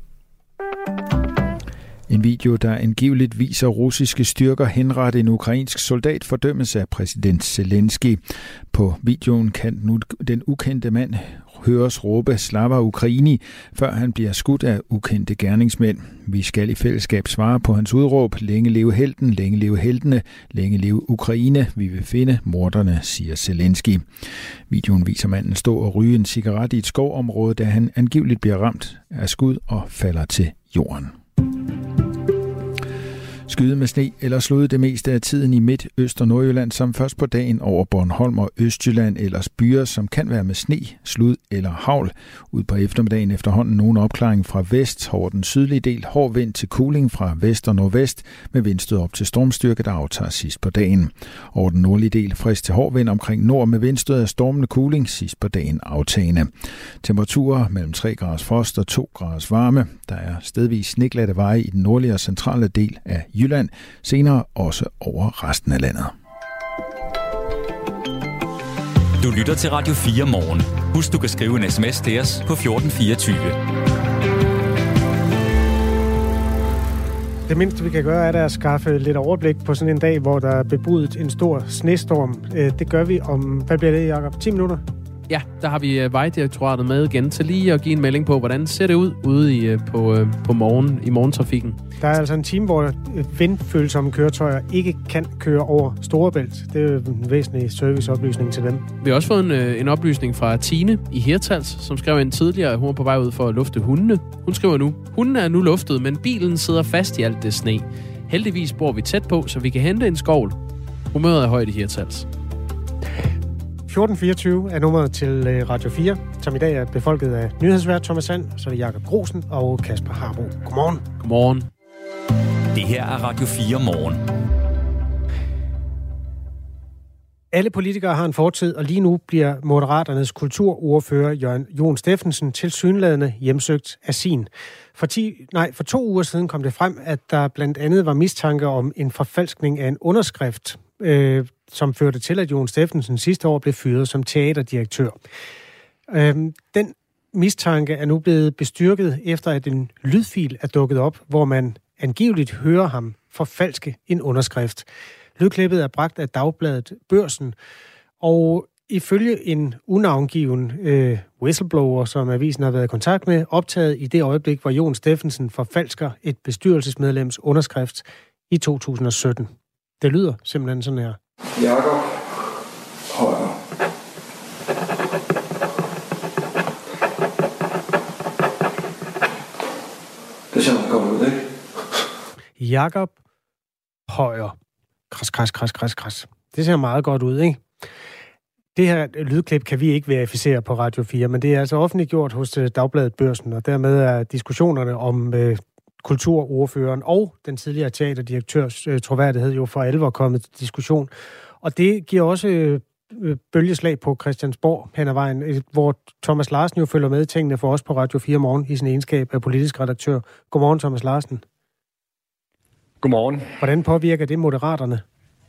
En video, der angiveligt viser russiske styrker henrette en ukrainsk soldat, fordømmes af præsident Zelensky. På videoen kan den ukendte mand høres råbe Slava Ukraini, før han bliver skudt af ukendte gerningsmænd. Vi skal i fællesskab svare på hans udråb: længe leve helten, længe leve heltene, længe leve Ukraine. Vi vil finde morderne, siger Zelensky. Videoen viser manden stå og ryge en cigaret i et skovområde, da han angiveligt bliver ramt af skud og falder til jorden. Skyde med sne eller slud det meste af tiden i Midt-, Øst- og Nordjylland, som først på dagen over Bornholm og Østjylland, ellers byer, som kan være med sne, slud eller hagl. Ud på eftermiddagen efterhånden nogen opklaring fra vest over den sydlige del, hård vind til kuling fra vest og nordvest, med vindstød op til stormstyrke, der aftager sidst på dagen. Over den nordlige del frisk til hård vind omkring nord med vindstød af stormende kuling, sidst på dagen aftagende. Temperaturer mellem tre graders frost og to graders varme. Der er stedvis sneglatte veje i den nordlige og centrale del af Jylland, senere også over resten af landet. Du lytter til Radio fire morgen. Husk, du kan skrive en sms til os på fjorten fireogtyve. Det mindste, vi kan gøre, er da at skaffe lidt overblik på sådan en dag, hvor der er bebudet en stor snestorm. Det gør vi om, hvad bliver det, Jacob? ti minutter? Ja, der har vi Vejdirektoratet med igen til lige at give en melding på, hvordan ser det ud ude i, på, på morgen, i morgentrafikken. Der er altså en time, hvor vindfølsomme køretøjer ikke kan køre over Storebælt. Det er jo en væsentlig serviceoplysning til dem. Vi har også fået en, en oplysning fra Tine i Hirtals, som skrev ind tidligere, at hun var på vej ud for at lufte hundene. Hun skriver nu, hundene er nu luftet, men bilen sidder fast i alt det sne. Heldigvis bor vi tæt på, så vi kan hente en skovl. Humøret er højt i Hirtals. fjorten fireogtyve er nummeret til Radio fire, som i dag er befolket af nyhedsvært Thomas Sand, så er det Jakob Grosen og Kasper Harbo. Godmorgen. Godmorgen. Det her er Radio fire morgen. Alle politikere har en fortid, og lige nu bliver Moderaternes kulturordfører Jørgen Jon Steffensen tilsyneladende hjemsøgt af sin. For, ti, nej, for to uger siden kom det frem, at der blandt andet var mistanke om en forfalskning af en underskrift, øh, som førte til, at Jon Steffensen sidste år blev fyret som teaterdirektør. Øh, den mistanke er nu blevet bestyrket, efter at en lydfil er dukket op, hvor man angiveligt hører ham forfalske en underskrift. Lydklippet er bragt af dagbladet Børsen, og ifølge en unavngiven øh, whistleblower, som avisen har været i kontakt med, optaget i det øjeblik, hvor Jon Steffensen forfalsker et bestyrelsesmedlems underskrift i to tusind og sytten. Det lyder simpelthen sådan her. Jakob Højer. Det ser meget godt ud, ikke? Jakob Højer. Kras, kras, kras, kras, kras. Det ser meget godt ud, ikke? Det her lydklip kan vi ikke verificere på Radio fire, men det er altså offentliggjort hos Dagbladet Børsen, og dermed er diskussionerne om øh, kulturordføreren og den tidligere teaterdirektørs øh, troværdighed jo for alvor kommet til diskussion. Og det giver også øh, bølgeslag på Christiansborg hen ad vejen, øh, hvor Thomas Larsen jo følger med tingene for os på Radio fire morgen i sin egenskab af politisk redaktør. Godmorgen, Thomas Larsen. Godmorgen. Hvordan påvirker det Moderaterne?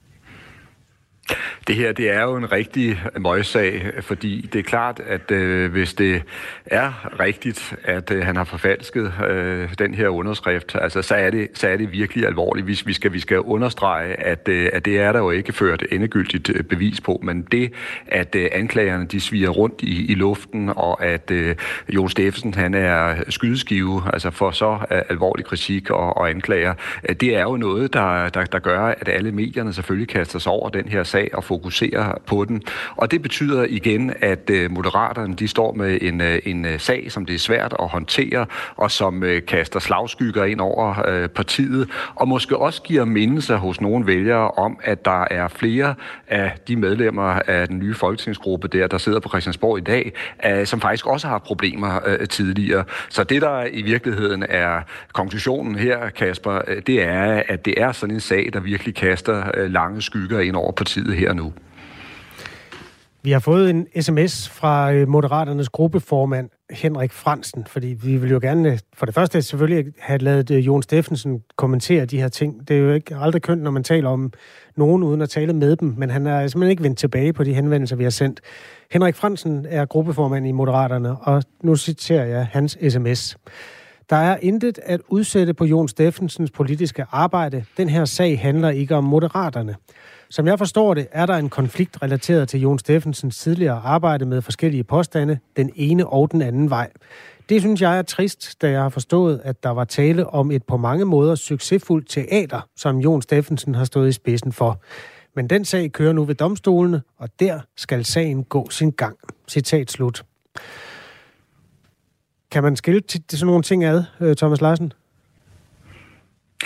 Det her, det er jo en rigtig møgssag, fordi det er klart, at øh, hvis det er rigtigt, at øh, han har forfalsket øh, den her underskrift, altså, så, er det, så er det virkelig alvorligt. Vi, vi, skal, vi skal understrege, at, øh, at det er der jo ikke ført endegyldigt øh, bevis på, men det, at øh, anklagerne de sviger rundt i, i luften, og at øh, Jon Steffensen han er skydeskive altså for så øh, alvorlig kritik og, og anklager, øh, det er jo noget, der, der, der gør, at alle medierne selvfølgelig kaster sig over den her sag og fokusere på den. Og det betyder igen, at uh, Moderaterne de står med en, uh, en uh, sag, som det er svært at håndtere, og som uh, kaster slagskygger ind over uh, partiet, og måske også giver mindelser hos nogle vælgere om, at der er flere af de medlemmer af den nye folketingsgruppe der, der sidder på Christiansborg i dag, uh, som faktisk også har problemer uh, tidligere. Så det, der i virkeligheden er konklusionen her, Kasper, uh, det er, at det er sådan en sag, der virkelig kaster uh, lange skygger ind over partiet her nu. Vi har fået en sms fra Moderaternes gruppeformand Henrik Frandsen, fordi vi vil jo gerne for det første selvfølgelig have ladet Jon Steffensen kommentere de her ting. Det er jo ikke aldrig kønt, når man taler om nogen uden at tale med dem, men han er simpelthen ikke vendt tilbage på de henvendelser, vi har sendt. Henrik Frandsen er gruppeformand i Moderaterne, og nu citerer jeg hans sms. Der er intet at udsætte på Jon Steffensens politiske arbejde. Den her sag handler ikke om Moderaterne. Som jeg forstår det, er der en konflikt relateret til Jon Steffensens tidligere arbejde med forskellige påstande, den ene og den anden vej. Det synes jeg er trist, da jeg har forstået, at der var tale om et på mange måder succesfuldt teater, som Jon Steffensen har stået i spidsen for. Men den sag kører nu ved domstolene, og der skal sagen gå sin gang. Citat slut. Kan man skille til sådan nogle ting ad, Thomas Larsen?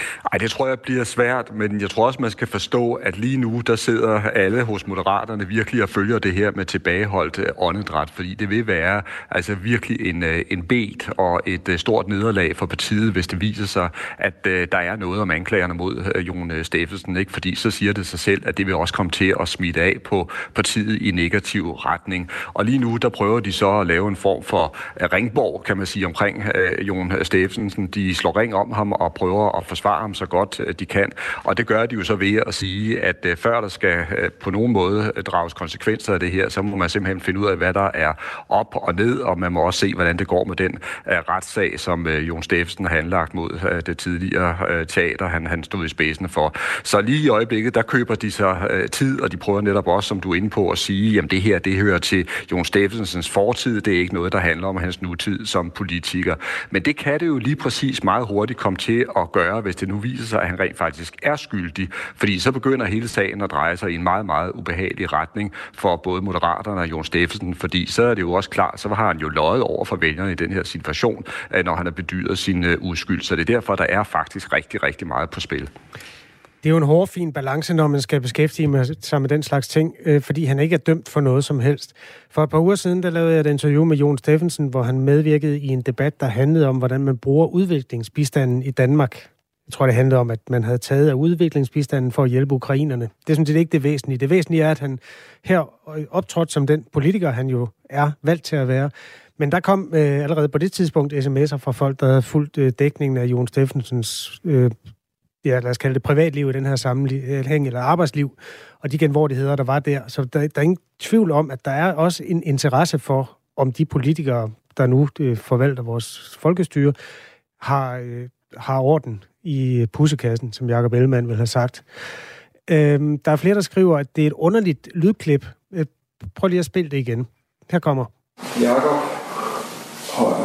Ej, det tror jeg bliver svært, men jeg tror også, man skal forstå, at lige nu, der sidder alle hos Moderaterne virkelig og følger det her med tilbageholdt åndedræt, fordi det vil være altså virkelig en, en bet og et stort nederlag for partiet, hvis det viser sig, at uh, der er noget om anklagerne mod uh, Jon Steffensen, ikke? Fordi så siger det sig selv, at det vil også komme til at smitte af på partiet i negativ retning. Og lige nu, der prøver de så at lave en form for uh, ringborg, kan man sige, omkring uh, Jon Steffensen. De slår ring om ham og prøver at forsvare ham så godt uh, de kan. Og det gør de jo så ved at sige, at uh, før der skal uh, på nogen måde uh, drages konsekvenser af det her, så må man simpelthen finde ud af, hvad der er op og ned, og man må også se, hvordan det går med den uh, retssag, som uh, Jon Steffensen har anlagt mod uh, det tidligere uh, teater, han, han stod i spidsen for. Så lige i øjeblikket, der køber de så uh, tid, og de prøver netop også, som du er inde på, at sige, jamen det her, det hører til Jon Steffensens fortid, det er ikke noget, der handler om hans nutid som politiker. Men det kan det jo lige præcis meget hurtigt komme til at gøre, hvis det nu viser sig, at han rent faktisk er skyldig, fordi så begynder hele sagen at dreje sig i en meget, meget ubehagelig retning for både Moderaterne og Jon Steffensen, fordi så er det jo også klart, så har han jo løjet over for vælgerne i den her situation, når han har bedyret sin uskyld. Så det er derfor, der er faktisk rigtig, rigtig meget på spil. Det er jo en hårfin balance, når man skal beskæftige sig med den slags ting, øh, fordi han ikke er dømt for noget som helst. For et par uger siden, der lavede jeg et interview med Jon Steffensen, hvor han medvirkede i en debat, der handlede om, hvordan man bruger udviklingsbistanden i Danmark. Jeg tror, det handlede om, at man havde taget af udviklingsbistanden for at hjælpe ukrainerne. Det er sådan set ikke det væsentlige. Det væsentlige er, at han her optrådte som den politiker, han jo er valgt til at være. Men der kom øh, allerede på det tidspunkt sms'er fra folk, der havde fulgt øh, dækningen af Jon Steffensens øh, ja, lad os kalde det privatliv i den her sammenhæng, eller arbejdsliv, og de genvordigheder, der var der. Så der, der er ingen tvivl om, at der er også en interesse for, om de politikere, der nu øh, forvalter vores folkestyre, har, øh, har orden i pussekassen, som Jakob Ellemann vil have sagt. Øh, der er flere, der skriver, at det er et underligt lydklip. Øh, prøv lige at spille det igen. Her kommer. Jakob Højer.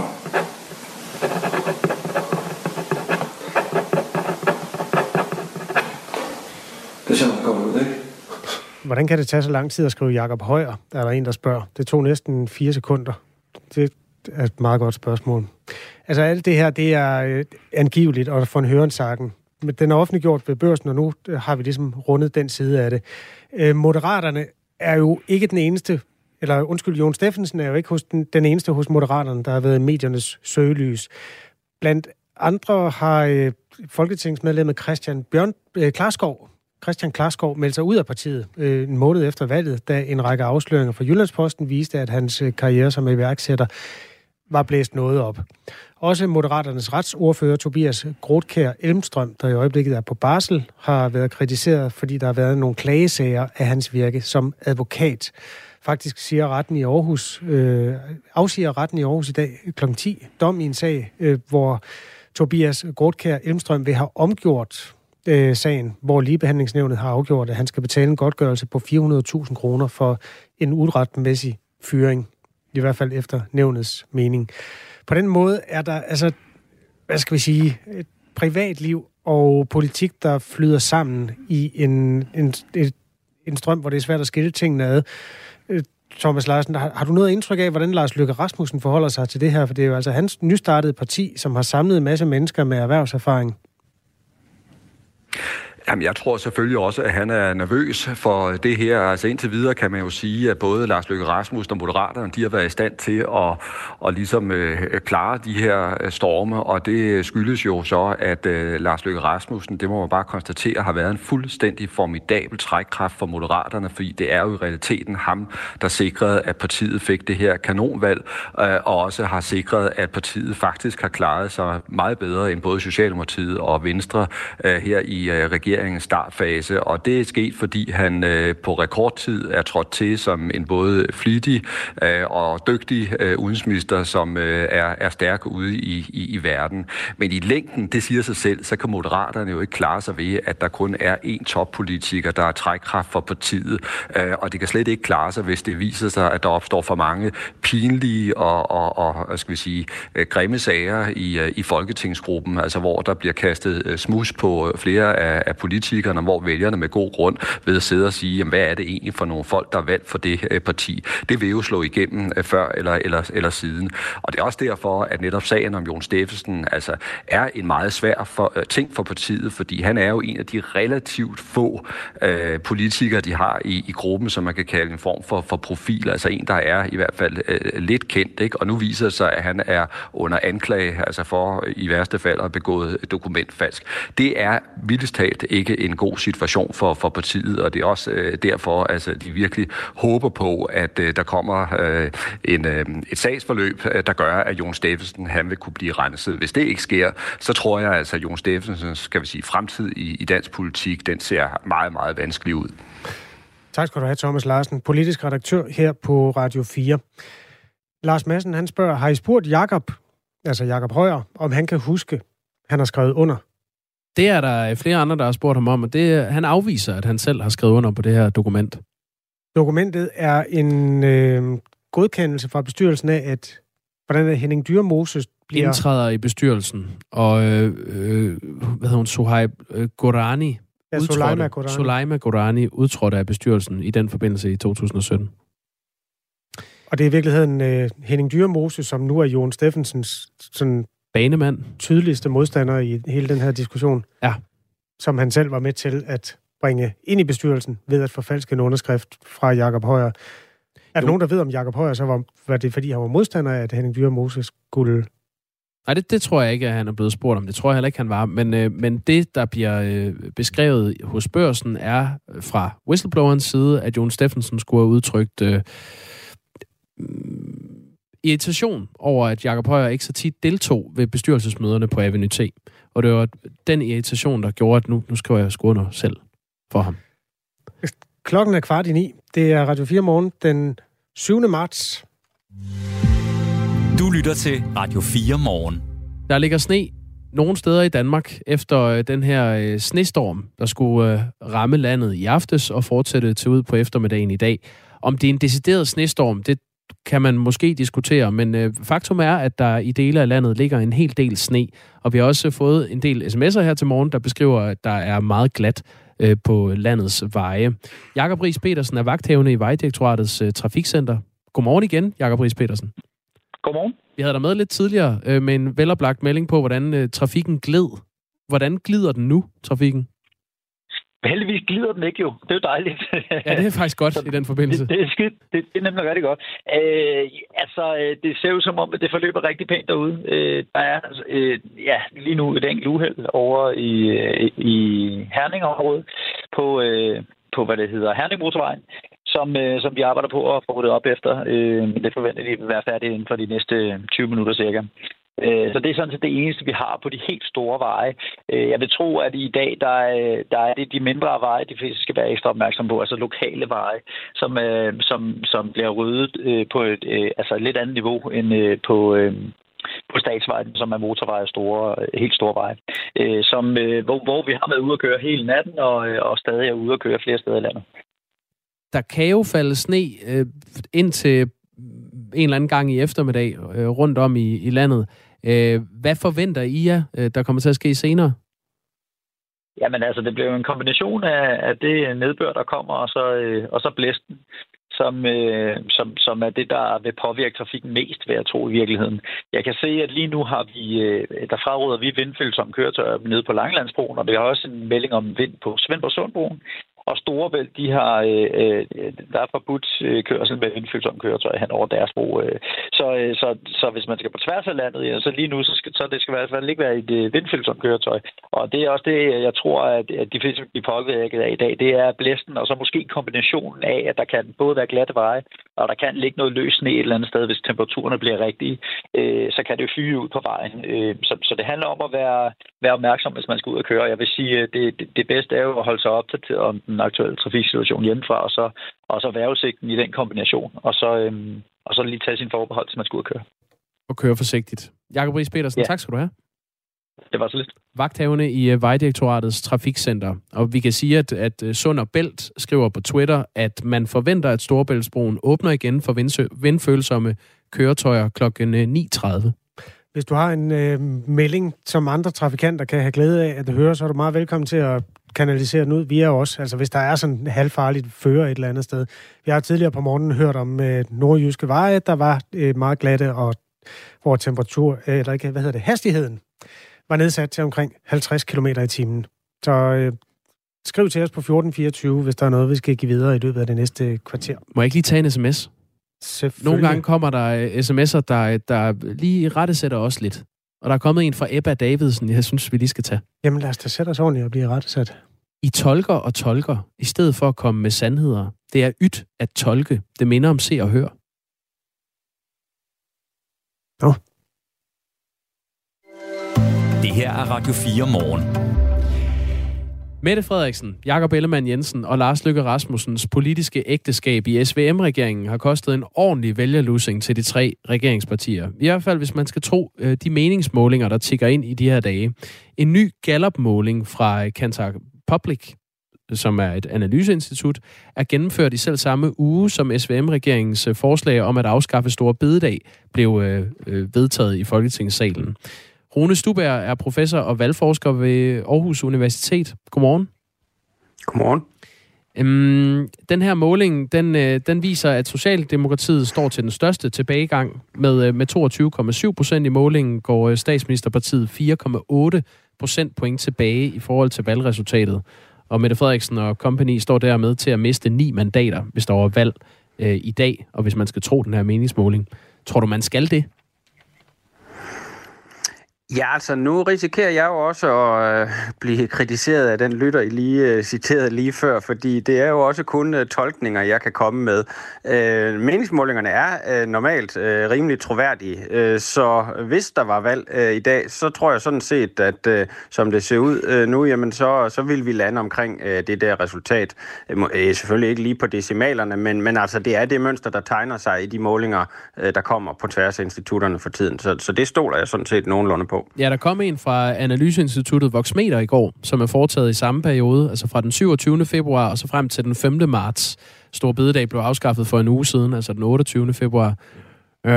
Det ser man godt ud, ikke? Hvordan kan det tage så lang tid at skrive Jakob Højer? Der er der en, der spørger. Det tog næsten fire sekunder. Det er et meget godt spørgsmål. Altså alt det her, det er øh, angiveligt, og von Hørensagen. Men den er offentliggjort ved Børsen, og nu har vi ligesom rundet den side af det. Øh, Moderaterne er jo ikke den eneste, eller undskyld, Jon Steffensen er jo ikke hos den, den eneste hos Moderaterne, der har været mediernes søgelys. Blandt andre har øh, folketingsmedlemmet Christian Bjørn, øh, Klarskov, Christian Klarskov meldte sig ud af partiet øh, en måned efter valget, da en række afsløringer fra Jyllandsposten viste, at hans øh, karriere som iværksætter var blæst noget op. Også Moderaternes retsordfører Tobias Grotkjær Elmstrøm, der i øjeblikket er på barsel, har været kritiseret, fordi der har været nogle klagesager af hans virke som advokat. Faktisk siger retten i Aarhus, øh, afsiger retten i Aarhus i dag klokken ti dom i en sag, øh, hvor Tobias Grotkjær Elmstrøm vil have omgjort øh, sagen, hvor Ligebehandlingsnævnet har afgjort, at han skal betale en godtgørelse på fire hundrede tusind kroner for en uretmæssig fyring. I hvert fald efter nævnets mening. På den måde er der, altså, hvad skal vi sige, et privatliv og politik, der flyder sammen i en, en, en, en strøm, hvor det er svært at skille tingene ad. Thomas Larsen, har, har du noget indtryk af, hvordan Lars Løkke Rasmussen forholder sig til det her? For det er jo altså hans nystartede parti, som har samlet en masse mennesker med erhvervserfaring. Jamen, jeg tror selvfølgelig også, at han er nervøs for det her. Altså indtil videre kan man jo sige, at både Lars Løkke Rasmussen og Moderaterne, de har været i stand til at, at ligesom øh, klare de her storme, og det skyldes jo så, at øh, Lars Løkke Rasmussen, det må man bare konstatere, har været en fuldstændig formidabel trækkraft for Moderaterne, fordi det er jo i realiteten ham, der sikrede, at partiet fik det her kanonvalg, øh, og også har sikret, at partiet faktisk har klaret sig meget bedre end både Socialdemokratiet og Venstre øh, her i øh, regeringen startfase, og det er sket, fordi han øh, på rekordtid er trådt til som en både flittig øh, og dygtig øh, udenrigsminister, som øh, er, er stærk ude i, i, i verden. Men i længden, det siger sig selv, så kan Moderaterne jo ikke klare sig ved, at der kun er én toppolitiker, der er trækkraft for partiet, øh, og det kan slet ikke klare sig, hvis det viser sig, at der opstår for mange pinlige og, og, og skal vi sige, øh, grimme sager i, øh, i folketingsgruppen, altså hvor der bliver kastet øh, smus på flere af, af politikerne, hvor vælgerne med god grund ved at sidde og sige, jamen, hvad er det egentlig for nogle folk, der er valgt for det øh, parti. Det vil jo slå igennem øh, før eller, eller, eller siden. Og det er også derfor, at netop sagen om Jon Steffensen altså, er en meget svær for, øh, ting for partiet, fordi han er jo en af de relativt få øh, politikere, de har i, i gruppen, som man kan kalde en form for, for profil. Altså en, der er i hvert fald øh, lidt kendt, ikke? Og nu viser det sig, at han er under anklage, altså for i værste fald at have begået dokumentfalsk. Det er vildest talt ikke en god situation for, for partiet, og det er også øh, derfor, altså de virkelig håber på, at øh, der kommer øh, en, øh, et sagsforløb, øh, der gør, at Jon Steffensen han vil kunne blive renset. Hvis det ikke sker, så tror jeg altså, at Jon Steffensens, skal vi sige, fremtid i, i dansk politik, den ser meget, meget vanskelig ud. Tak skal du have, Thomas Larsen, politisk redaktør her på Radio fire. Lars Madsen, han spørger, har I spurgt Jakob, altså Jakob Højer, om han kan huske, han har skrevet under? Det er der flere andre, der har spurgt ham om, og det, han afviser, at han selv har skrevet under på det her dokument. Dokumentet er en øh, godkendelse fra bestyrelsen af, at hvordan Henning Dyrre Moses bliver... indtræder i bestyrelsen, og øh, øh, hvad hedder hun, Sohaib øh, Gorani, ja, Soleima Gorani. Soleima Gorani udtrådte af bestyrelsen i den forbindelse i to tusind og sytten. Og det er i virkeligheden øh, Henning Dyrre Moses, som nu er Jon Steffensens sådan banemand, tydeligste modstander i hele den her diskussion. Ja. Som han selv var med til at bringe ind i bestyrelsen ved at forfalske en underskrift fra Jakob Højer. Er der nogen, der ved, om Jakob Højer så var, var det, fordi han var modstander af, at Henning Dyrre Moses skulle... Nej, det, det tror jeg ikke, at han er blevet spurgt om. Det tror jeg heller ikke, han var. Men, øh, men det, der bliver øh, beskrevet hos Børsen, er fra whistleblowerens side, at Jon Steffensen skulle have udtrykt øh, irritation over, at Jakob Højer ikke så tit deltog ved bestyrelsesmøderne på Avenue T. Og det var den irritation, der gjorde, at nu, nu skriver jeg sgu under selv for ham. Klokken er kvart i ni. Det er Radio fire morgen den syvende marts. Du lytter til Radio fire morgen. Der ligger sne nogle steder i Danmark efter den her snestorm, der skulle ramme landet i aftes og fortsætte til ud på eftermiddagen i dag. Om det er en decideret snestorm, det kan man måske diskutere, men faktum er, at der i dele af landet ligger en hel del sne, og vi har også fået en del sms'er her til morgen, der beskriver, at der er meget glat på landets veje. Jakob Riis Petersen er vagthævende i Vejdirektoratets trafikcenter. Godmorgen igen, Jakob Riis Petersen. Godmorgen. Vi havde dig med lidt tidligere øh, med en veloplagt melding på, hvordan øh, trafikken gled. Hvordan glider den nu, trafikken? Heldigvis glider den ikke jo. Det er jo dejligt. Ja, det er faktisk godt i den forbindelse. Det, det er skidt. Det, det er nemlig rigtig godt. Øh, altså, det ser jo som om, at det forløber rigtig pænt derude. Øh, der er øh, ja, lige nu et enkelt uheld over i, i Herning-området på, øh, på, hvad det hedder, Herning-motorvejen, som, øh, som vi arbejder på at få det op efter. Øh, det forventer vi at være færdigt inden for de næste tyve minutter cirka. Øh, så det er sådan set det eneste, vi har på de helt store veje. Øh, jeg vil tro, at i dag, der er, der er det de mindre veje, de fleste skal være ekstra opmærksom på, altså lokale veje, som, øh, som, som bliver ryddet øh, på et øh, altså et lidt andet niveau end øh, på... Øh, på statsvejen, som er motorveje store, helt store veje, øh, som, øh, hvor, hvor vi har været ude at køre hele natten, og, og stadig er ude at køre flere steder i landet. Der kan jo falde sne øh, indtil en eller anden gang i eftermiddag øh, rundt om i, i landet. Øh, hvad forventer I jer, øh, der kommer til at ske senere? Jamen altså, det bliver jo en kombination af, af det nedbør, der kommer, og så, øh, og så blæsten. Som, øh, som, som er det, der vil påvirke trafikken mest, vil jeg tro i virkeligheden. Jeg kan se, at lige nu har vi, øh, der fraråder vi vindfølsomme køretøjer nede på Langelandsbroen, og vi har også en melding om vind på Svendborg Sundbroen. Og Storebælt, de har, øh, der er forbudt øh, kørsel med vindfølsomme køretøjer hen over deres bro. Øh. Så, øh, så, så hvis man skal på tværs af landet, ja, så lige nu, så, skal, så det skal i hvert fald ikke være et øh, vindfølsomt køretøj. Og det er også det, jeg tror, at, at de fleste bliver påvirket af i dag. Det er blæsten, og så måske kombinationen af, at der kan både være glatte veje, og der kan ligge noget løs sne et eller andet sted, hvis temperaturerne bliver rigtige. Øh, så kan det jo fyre ud på vejen. Øh, så, så det handler om at være, være opmærksom, hvis man skal ud og køre. Jeg vil sige, at det, det, det bedste er jo at holde sig opdateret om den aktuelle trafiksituation hjemmefra, og så, og så vejrudsigten i den kombination, og så, øhm, og så lige tage sin forbehold, til man skal ud og køre. Og køre forsigtigt. Jakob Riis Petersen, ja. Tak skal du have. Det var så lidt. Vagthavende i uh, Vejdirektoratets trafikcenter. Og vi kan sige, at, at uh, Sund og Bælt skriver på Twitter, at man forventer, at Storebæltsbroen åbner igen for vindsø- vindfølsomme køretøjer klokken ni tredive. Hvis du har en øh, melding, som andre trafikanter kan have glæde af at høre, så er du meget velkommen til at kanalisere den ud via os. Altså hvis der er sådan halvfarligt fører et eller andet sted. Vi har tidligere på morgenen hørt om øh, nordjyske veje, der var øh, meget glatte, og hvor temperatur, øh, eller ikke, hvad hedder det, hastigheden var nedsat til omkring halvtreds kilometer i timen. Så øh, skriv til os på fjorten fireogtyve, hvis der er noget, vi skal give videre i løbet af det næste kvarter. Må jeg ikke lige tage en sms? Nogle gange kommer der sms'er, der, der lige rettesætter os lidt. Og der er kommet en fra Ebba Davidsen, jeg synes, vi lige skal tage. Jamen lad os da sætte os ordentligt og blive rettesat. I tolker og tolker, i stedet for at komme med sandheder. Det er ydt at tolke. Det minder om se og hør. Nå. Det her er Radio fire morgen. Mette Frederiksen, Jakob Ellemann Jensen og Lars Løkke Rasmussens politiske ægteskab i S V M-regeringen har kostet en ordentlig vælgerlussing til de tre regeringspartier. I hvert fald, hvis man skal tro de meningsmålinger, der tikker ind i de her dage. En ny Gallup-måling fra Kantar Public, som er et analyseinstitut, er gennemført i selv samme uge, som S V M-regeringens forslag om at afskaffe store bededag blev øh, vedtaget i Folketingssalen. Rune Stuberg er professor og valgforsker ved Aarhus Universitet. Godmorgen. Godmorgen. Øhm, den her måling, den, den viser, at Socialdemokratiet står til den største tilbagegang. Med, med toogtyve komma syv procent i målingen går statsministerpartiet fire komma otte procentpoint tilbage i forhold til valgresultatet. Og Mette Frederiksen og company står dermed til at miste ni mandater, hvis der er valg øh, i dag, og hvis man skal tro den her meningsmåling. Tror du, man skal det? Ja, altså nu risikerer jeg jo også at øh, blive kritiseret af den lytter, I lige øh, citerede lige før, fordi det er jo også kun øh, tolkninger, jeg kan komme med. Øh, meningsmålingerne er øh, normalt øh, rimelig troværdige, øh, så hvis der var valg øh, i dag, så tror jeg sådan set, at øh, som det ser ud øh, nu, jamen så, så vil vi lande omkring øh, det der resultat. Øh, selvfølgelig ikke lige på decimalerne, men, men altså det er det mønster, der tegner sig i de målinger, øh, der kommer på tværs af institutterne for tiden. Så, så det stoler jeg sådan set nogenlunde på. Ja, der kom en fra analyseinstituttet Voxmeter i går, som er foretaget i samme periode, altså fra den syvogtyvende februar og så frem til den femte marts. Store bededag blev afskaffet for en uge siden, altså den otteogtyvende februar. Øh,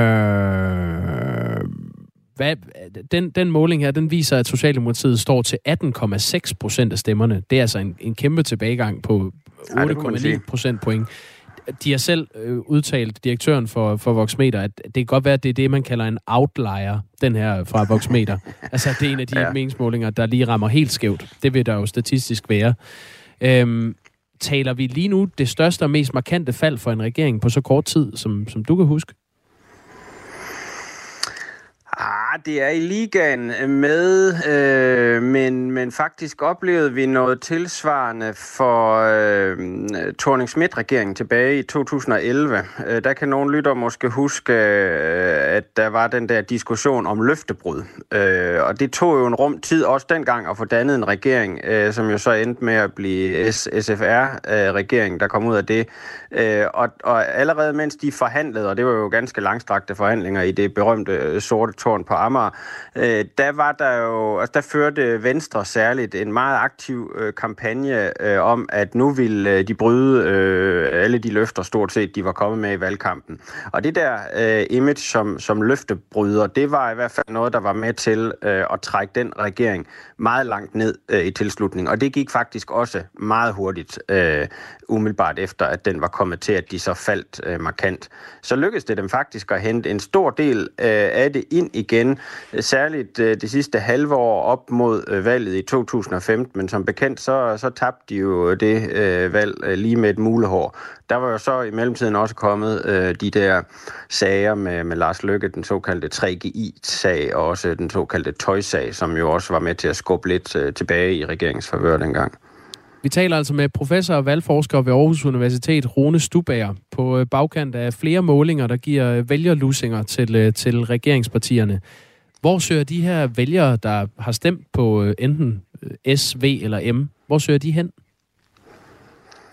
hvad, den, den måling her, den viser, at Socialdemokratiet står til atten komma seks procent af stemmerne. Det er altså en, en kæmpe tilbagegang på otte komma ni procentpoint. De har selv øh, udtalt, direktøren for, for Voxmeter, at det kan godt være, at det er det, man kalder en outlier, den her fra Voxmeter. Altså, det er en af de ja. meningsmålinger, der lige rammer helt skævt. Det vil der jo statistisk være. Øhm, taler vi lige nu det største og mest markante fald for en regering på så kort tid, som, som du kan huske? Ah, det er i ligaen med, øh, men, men faktisk oplevede vi noget tilsvarende for øh, Thorning-Schmidt-regeringen tilbage i to tusind og elleve. Øh, der kan nogle lytter måske huske, øh, at der var den der diskussion om løftebrud. Øh, og det tog jo en rum tid også dengang at få dannet en regering, øh, som jo så endte med at blive S F R-regeringen, der kom ud af det. Øh, og, og allerede mens de forhandlede, og det var jo ganske langstrakte forhandlinger i det berømte sorte tårn på Amager, øh, der var der jo, altså der førte Venstre særligt en meget aktiv øh, kampagne øh, om, at nu ville øh, de bryde øh, alle de løfter stort set, de var kommet med i valgkampen. Og det der øh, image som, som løftebryder, det var i hvert fald noget, der var med til øh, at trække den regering meget langt ned øh, i tilslutning. Og det gik faktisk også meget hurtigt, øh, umiddelbart efter, at den var kommet til, at de så faldt øh, markant. Så lykkedes det dem faktisk at hente en stor del øh, af det ind igen, særligt øh, det sidste halve år op mod øh, valget i to tusind og femten, men som bekendt, så, så tabte de jo det øh, valg øh, lige med et mulehår. Der var jo så i mellemtiden også kommet øh, de der sager med, med Lars Løkke, den såkaldte tre G I-sag, og også den såkaldte tøjsag, som jo også var med til at skubbe lidt øh, tilbage i regeringens favør dengang. Vi taler altså med professor og valgforsker ved Aarhus Universitet, Rune Stuberg, på bagkant af flere målinger, der giver vælgerlussinger til, til regeringspartierne. Hvor søger de her vælgere, der har stemt på enten S, V eller M, hvor søger de hen?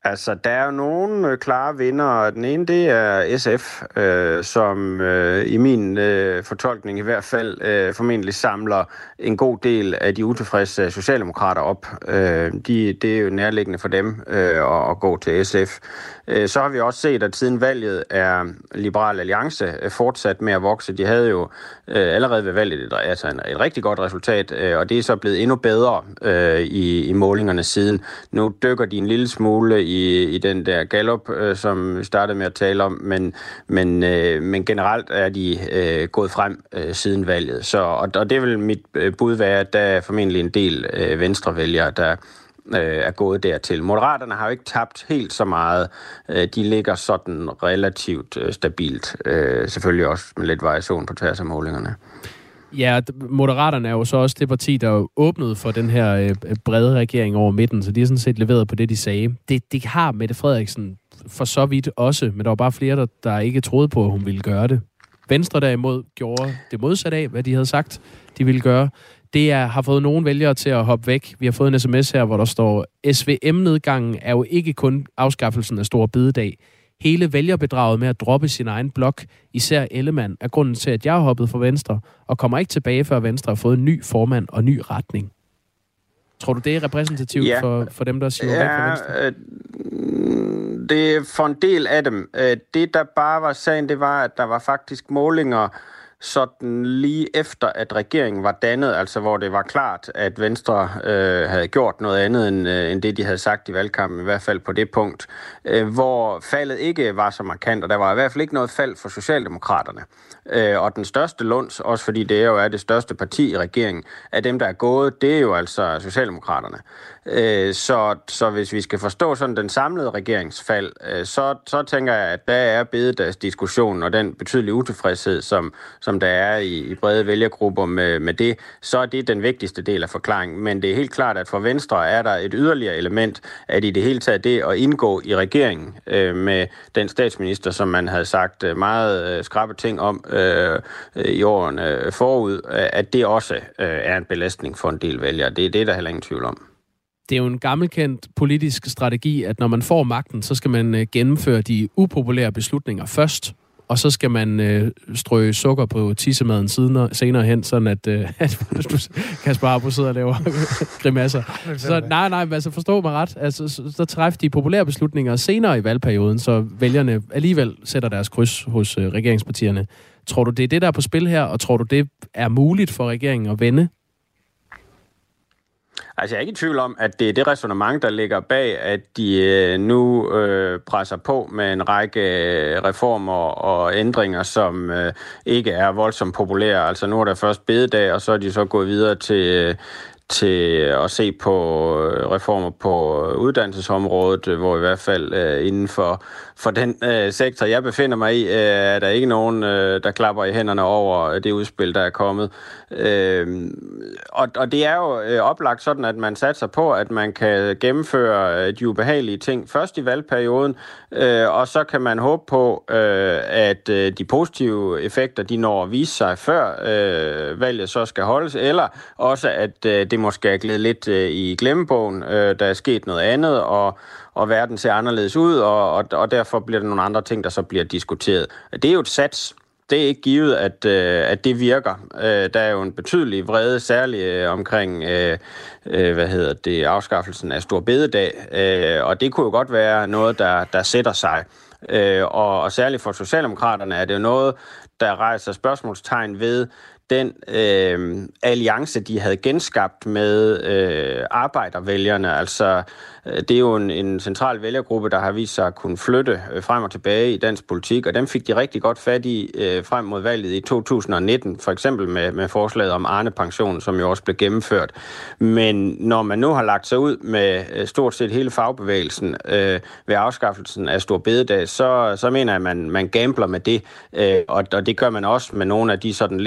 Altså, der er jo nogle øh, klare vinder. Den ene, det er S F, øh, som øh, i min øh, fortolkning i hvert fald øh, formentlig samler en god del af de utilfredse socialdemokrater op. Øh, de, det er jo nærliggende for dem øh, at, at gå til S F. Øh, så har vi også set, at siden valget er Liberal Alliance fortsat med at vokse. De havde jo øh, allerede ved valget et, altså en, et rigtig godt resultat, øh, og det er så blevet endnu bedre øh, i, i målingerne siden. Nu dykker de en lille smule i I, i den der Gallup, øh, som vi startede med at tale om, men, men, øh, men generelt er de øh, gået frem øh, siden valget. Så, og, og det vil mit øh, bud være, at der er formentlig en del øh, venstrevælgere, der øh, er gået dertil. Moderaterne har jo ikke tabt helt så meget. Øh, de ligger sådan relativt øh, stabilt. Øh, selvfølgelig også med lidt variation på tværs af målingerne. Ja, Moderaterne er jo så også det parti, der åbnede for den her øh, brede regering over midten, så de har sådan set leveret på det, de sagde. Det, det har Mette Frederiksen for så vidt også, men der var bare flere, der, der ikke troede på, at hun ville gøre det. Venstre derimod gjorde det modsatte af, hvad de havde sagt, de ville gøre. Det er, har fået nogle vælgere til at hoppe væk. Vi har fået en sms her, hvor der står, S V M-nedgangen er jo ikke kun afskaffelsen af Store Bededag. Hele vælgerbedraget med at droppe sin egen blok, især Ellemann, er grunden til, at jeg har hoppet for Venstre, og kommer ikke tilbage, før Venstre har fået en ny formand og ny retning. Tror du, det er repræsentativt ja. for, for dem, der siger ja, væk fra Venstre? Øh, det er for en del af dem. Det, der bare var sagen, det var, at der var faktisk målinger, sådan lige efter, at regeringen var dannet, altså hvor det var klart, at Venstre øh, havde gjort noget andet, end, øh, end det, de havde sagt i valgkampen, i hvert fald på det punkt, øh, hvor faldet ikke var så markant, og der var i hvert fald ikke noget fald for Socialdemokraterne. Øh, og den største lunds, også fordi det jo er det største parti i regeringen, af dem, der er gået, det er jo altså Socialdemokraterne. Øh, så, så hvis vi skal forstå sådan den samlede regeringsfald, øh, så, så tænker jeg, at der er bededagsdiskussionen og den betydelige utilfredshed, som, som der er i, i brede vælgergrupper med, med det, så er det den vigtigste del af forklaringen. Men det er helt klart, at for Venstre er der et yderligere element, at i det hele taget det at indgå i regeringen øh, med den statsminister, som man havde sagt meget øh, skrappe ting om øh, i årene forud, øh, at det også øh, er en belastning for en del vælgere. Det er det, der heller ingen tvivl om. Det er jo en gammelkendt politisk strategi, at når man får magten, så skal man gennemføre de upopulære beslutninger først, og så skal man øh, strø sukker på tissemaden senere, senere hen, sådan at, øh, at Kasper Harbo sidder og laver grimasser. Så nej, nej, altså forstå mig ret. Altså, så, så træffer de populære beslutninger senere i valgperioden, så vælgerne alligevel sætter deres kryds hos øh, regeringspartierne. Tror du, det er det, der er på spil her, og tror du, det er muligt for regeringen at vende? Altså, jeg er ikke i tvivl om, at det er det ræsonnement, der ligger bag, at de øh, nu øh, presser på med en række reformer og ændringer, som øh, ikke er voldsomt populære. Altså, nu er der først bededag, og så er de så gået videre til... Øh, til at se på reformer på uddannelsesområdet, hvor i hvert fald øh, inden for, for den øh, sektor, jeg befinder mig i, øh, er der ikke nogen, øh, der klapper i hænderne over det udspil, der er kommet. Øh, og, og det er jo øh, oplagt sådan, at man satser på, at man kan gennemføre de ubehagelige ting først i valgperioden, øh, og så kan man håbe på, øh, at øh, de positive effekter, de når at vise sig, før øh, valget så skal holdes, eller også at øh, det måske er glædet lidt øh, i glemmebogen. Øh, der er sket noget andet, og, og verden ser anderledes ud, og, og, og derfor bliver der nogle andre ting, der så bliver diskuteret. Det er jo et sats. Det er ikke givet, at, øh, at det virker. Øh, der er jo en betydelig vrede, særligt øh, omkring øh, øh, hvad hedder det, afskaffelsen af Store Bededag, øh, og det kunne jo godt være noget, der, der sætter sig. Øh, og, og særligt for Socialdemokraterne er det jo noget, der rejser spørgsmålstegn ved den øh, alliance, de havde genskabt med øh, arbejdervælgerne. Altså, øh, det er jo en, en central vælgergruppe, der har vist sig at kunne flytte øh, frem og tilbage i dansk politik, og dem fik de rigtig godt fat i øh, frem mod valget i to tusind nitten, for eksempel med, med forslaget om Arne-pension, som jo også blev gennemført. Men når man nu har lagt sig ud med øh, stort set hele fagbevægelsen øh, ved afskaffelsen af Store Bededag, så, så mener jeg, at man, man gambler med det, øh, og, og det gør man også med nogle af de sådan lidt mere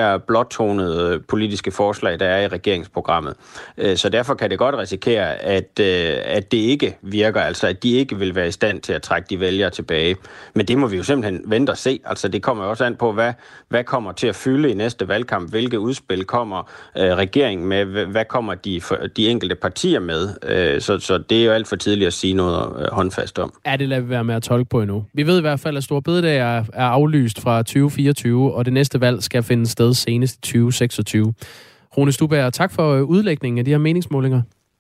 mere blåtonede politiske forslag, der er i regeringsprogrammet. Så derfor kan det godt risikere, at, at det ikke virker, altså at de ikke vil være i stand til at trække de vælgere tilbage. Men det må vi jo simpelthen vente og se. Altså det kommer også an på, hvad, hvad kommer til at fylde i næste valgkamp, hvilke udspil kommer øh, regeringen med, hvad kommer de, de enkelte partier med. Øh, så, så det er jo alt for tidligt at sige noget øh, håndfast om. Ja, det lader vi være med at tolke på endnu. Vi ved i hvert fald, at Store Bededag er, er aflyst fra tyve fireogtyve, og det næste valg skal finde sted senest i tyve seksogtyve. Rune Stubager, tak for udlægningen af de her meningsmålinger.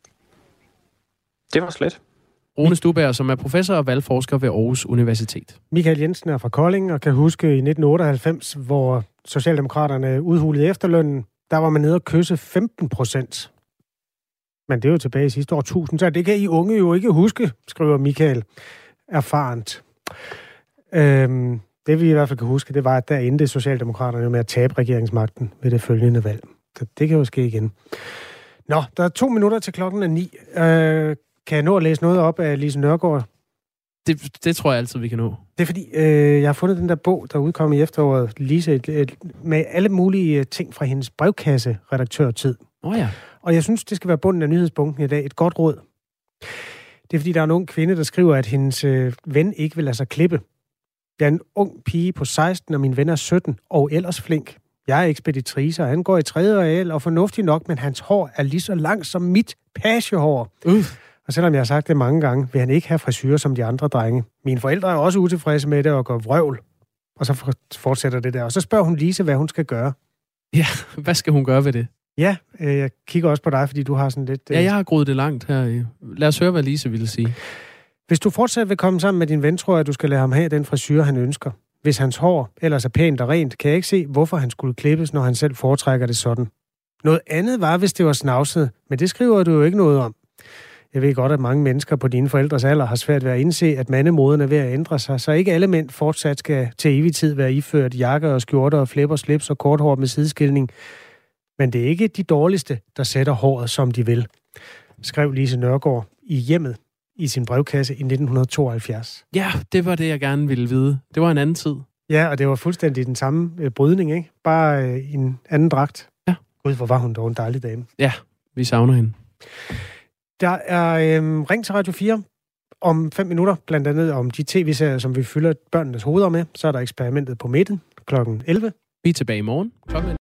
Det var slet. Rune Stubager, som er professor og valgforsker ved Aarhus Universitet. Michael Jensen er fra Kolding og kan huske i nitten otteoghalvfems, hvor Socialdemokraterne udhulede efterlønnen. Der var man nede og kysse femten procent. Men det er jo tilbage i sidste årtusind, så det kan I unge jo ikke huske, skriver Michael erfarent. Øhm, det vi i hvert fald kan huske, det var, at der endte Socialdemokraterne med at tabe regeringsmagten ved det følgende valg. Så det kan jo ske igen. Nå, der er to minutter til klokken er ni. Øh, kan jeg nå at læse noget op af Lise Nørgaard? Det, det tror jeg altid, vi kan nå. Det er fordi, øh, jeg har fundet den der bog, der udkom i efteråret, Lise, et, et, med alle mulige ting fra hendes brevkasse-redaktørtid. Åh oh ja. Og jeg synes, det skal være bunden af nyhedspunkten i dag. Et godt råd. Det er fordi, der er en ung kvinde, der skriver, at hendes øh, ven ikke vil lade sig klippe. Jeg er en ung pige på seksten, og min ven er sytten, og ellers flink. Jeg er ekspeditrice, og han går i tredje areal, og fornuftig nok, men hans hår er lige så langt som mit pagehår. Uh. Og selvom jeg har sagt det mange gange, vil han ikke have frisyrer som de andre drenge. Mine forældre er også utilfredse med det og går vrøvl. Og så fortsætter det der. Og så spørger hun Lise, hvad hun skal gøre. Ja, hvad skal hun gøre ved det? Ja, øh, jeg kigger også på dig, fordi du har sådan lidt... Øh... Ja, jeg har groet det langt her. Lad os høre, hvad Lise ville sige. Hvis du fortsat vil komme sammen med din ven, tror jeg, at du skal lade ham have den frisyr, han ønsker. Hvis hans hår ellers er pænt og rent, kan jeg ikke se, hvorfor han skulle klippes, når han selv foretrækker det sådan. Noget andet var, hvis det var snavset, men det skriver du jo ikke noget om. Jeg ved godt, at mange mennesker på dine forældres alder har svært ved at indse, at mandemoden er ved at ændre sig, så ikke alle mænd fortsat skal til evig tid være iført jakker og skjorter og flipper, slips og korthår med sideskilning. Men det er ikke de dårligste, der sætter håret, som de vil, skrev Lise Nørgaard i Hjemmet i sin brevkasse i nitten tooghalvfjerds. Ja, det var det, jeg gerne ville vide. Det var en anden tid. Ja, og det var fuldstændig den samme øh, brydning, ikke? Bare øh, i en anden dragt. Ja. Gud, hvor var hun dog en dejlig dame. Ja, vi savner hende. Der er øh, ring til Radio fire om fem minutter, blandt andet om de tv-serier, som vi fylder børnenes hoveder med. Så er der eksperimentet på midten klokken elleve. Vi er tilbage i morgen klokken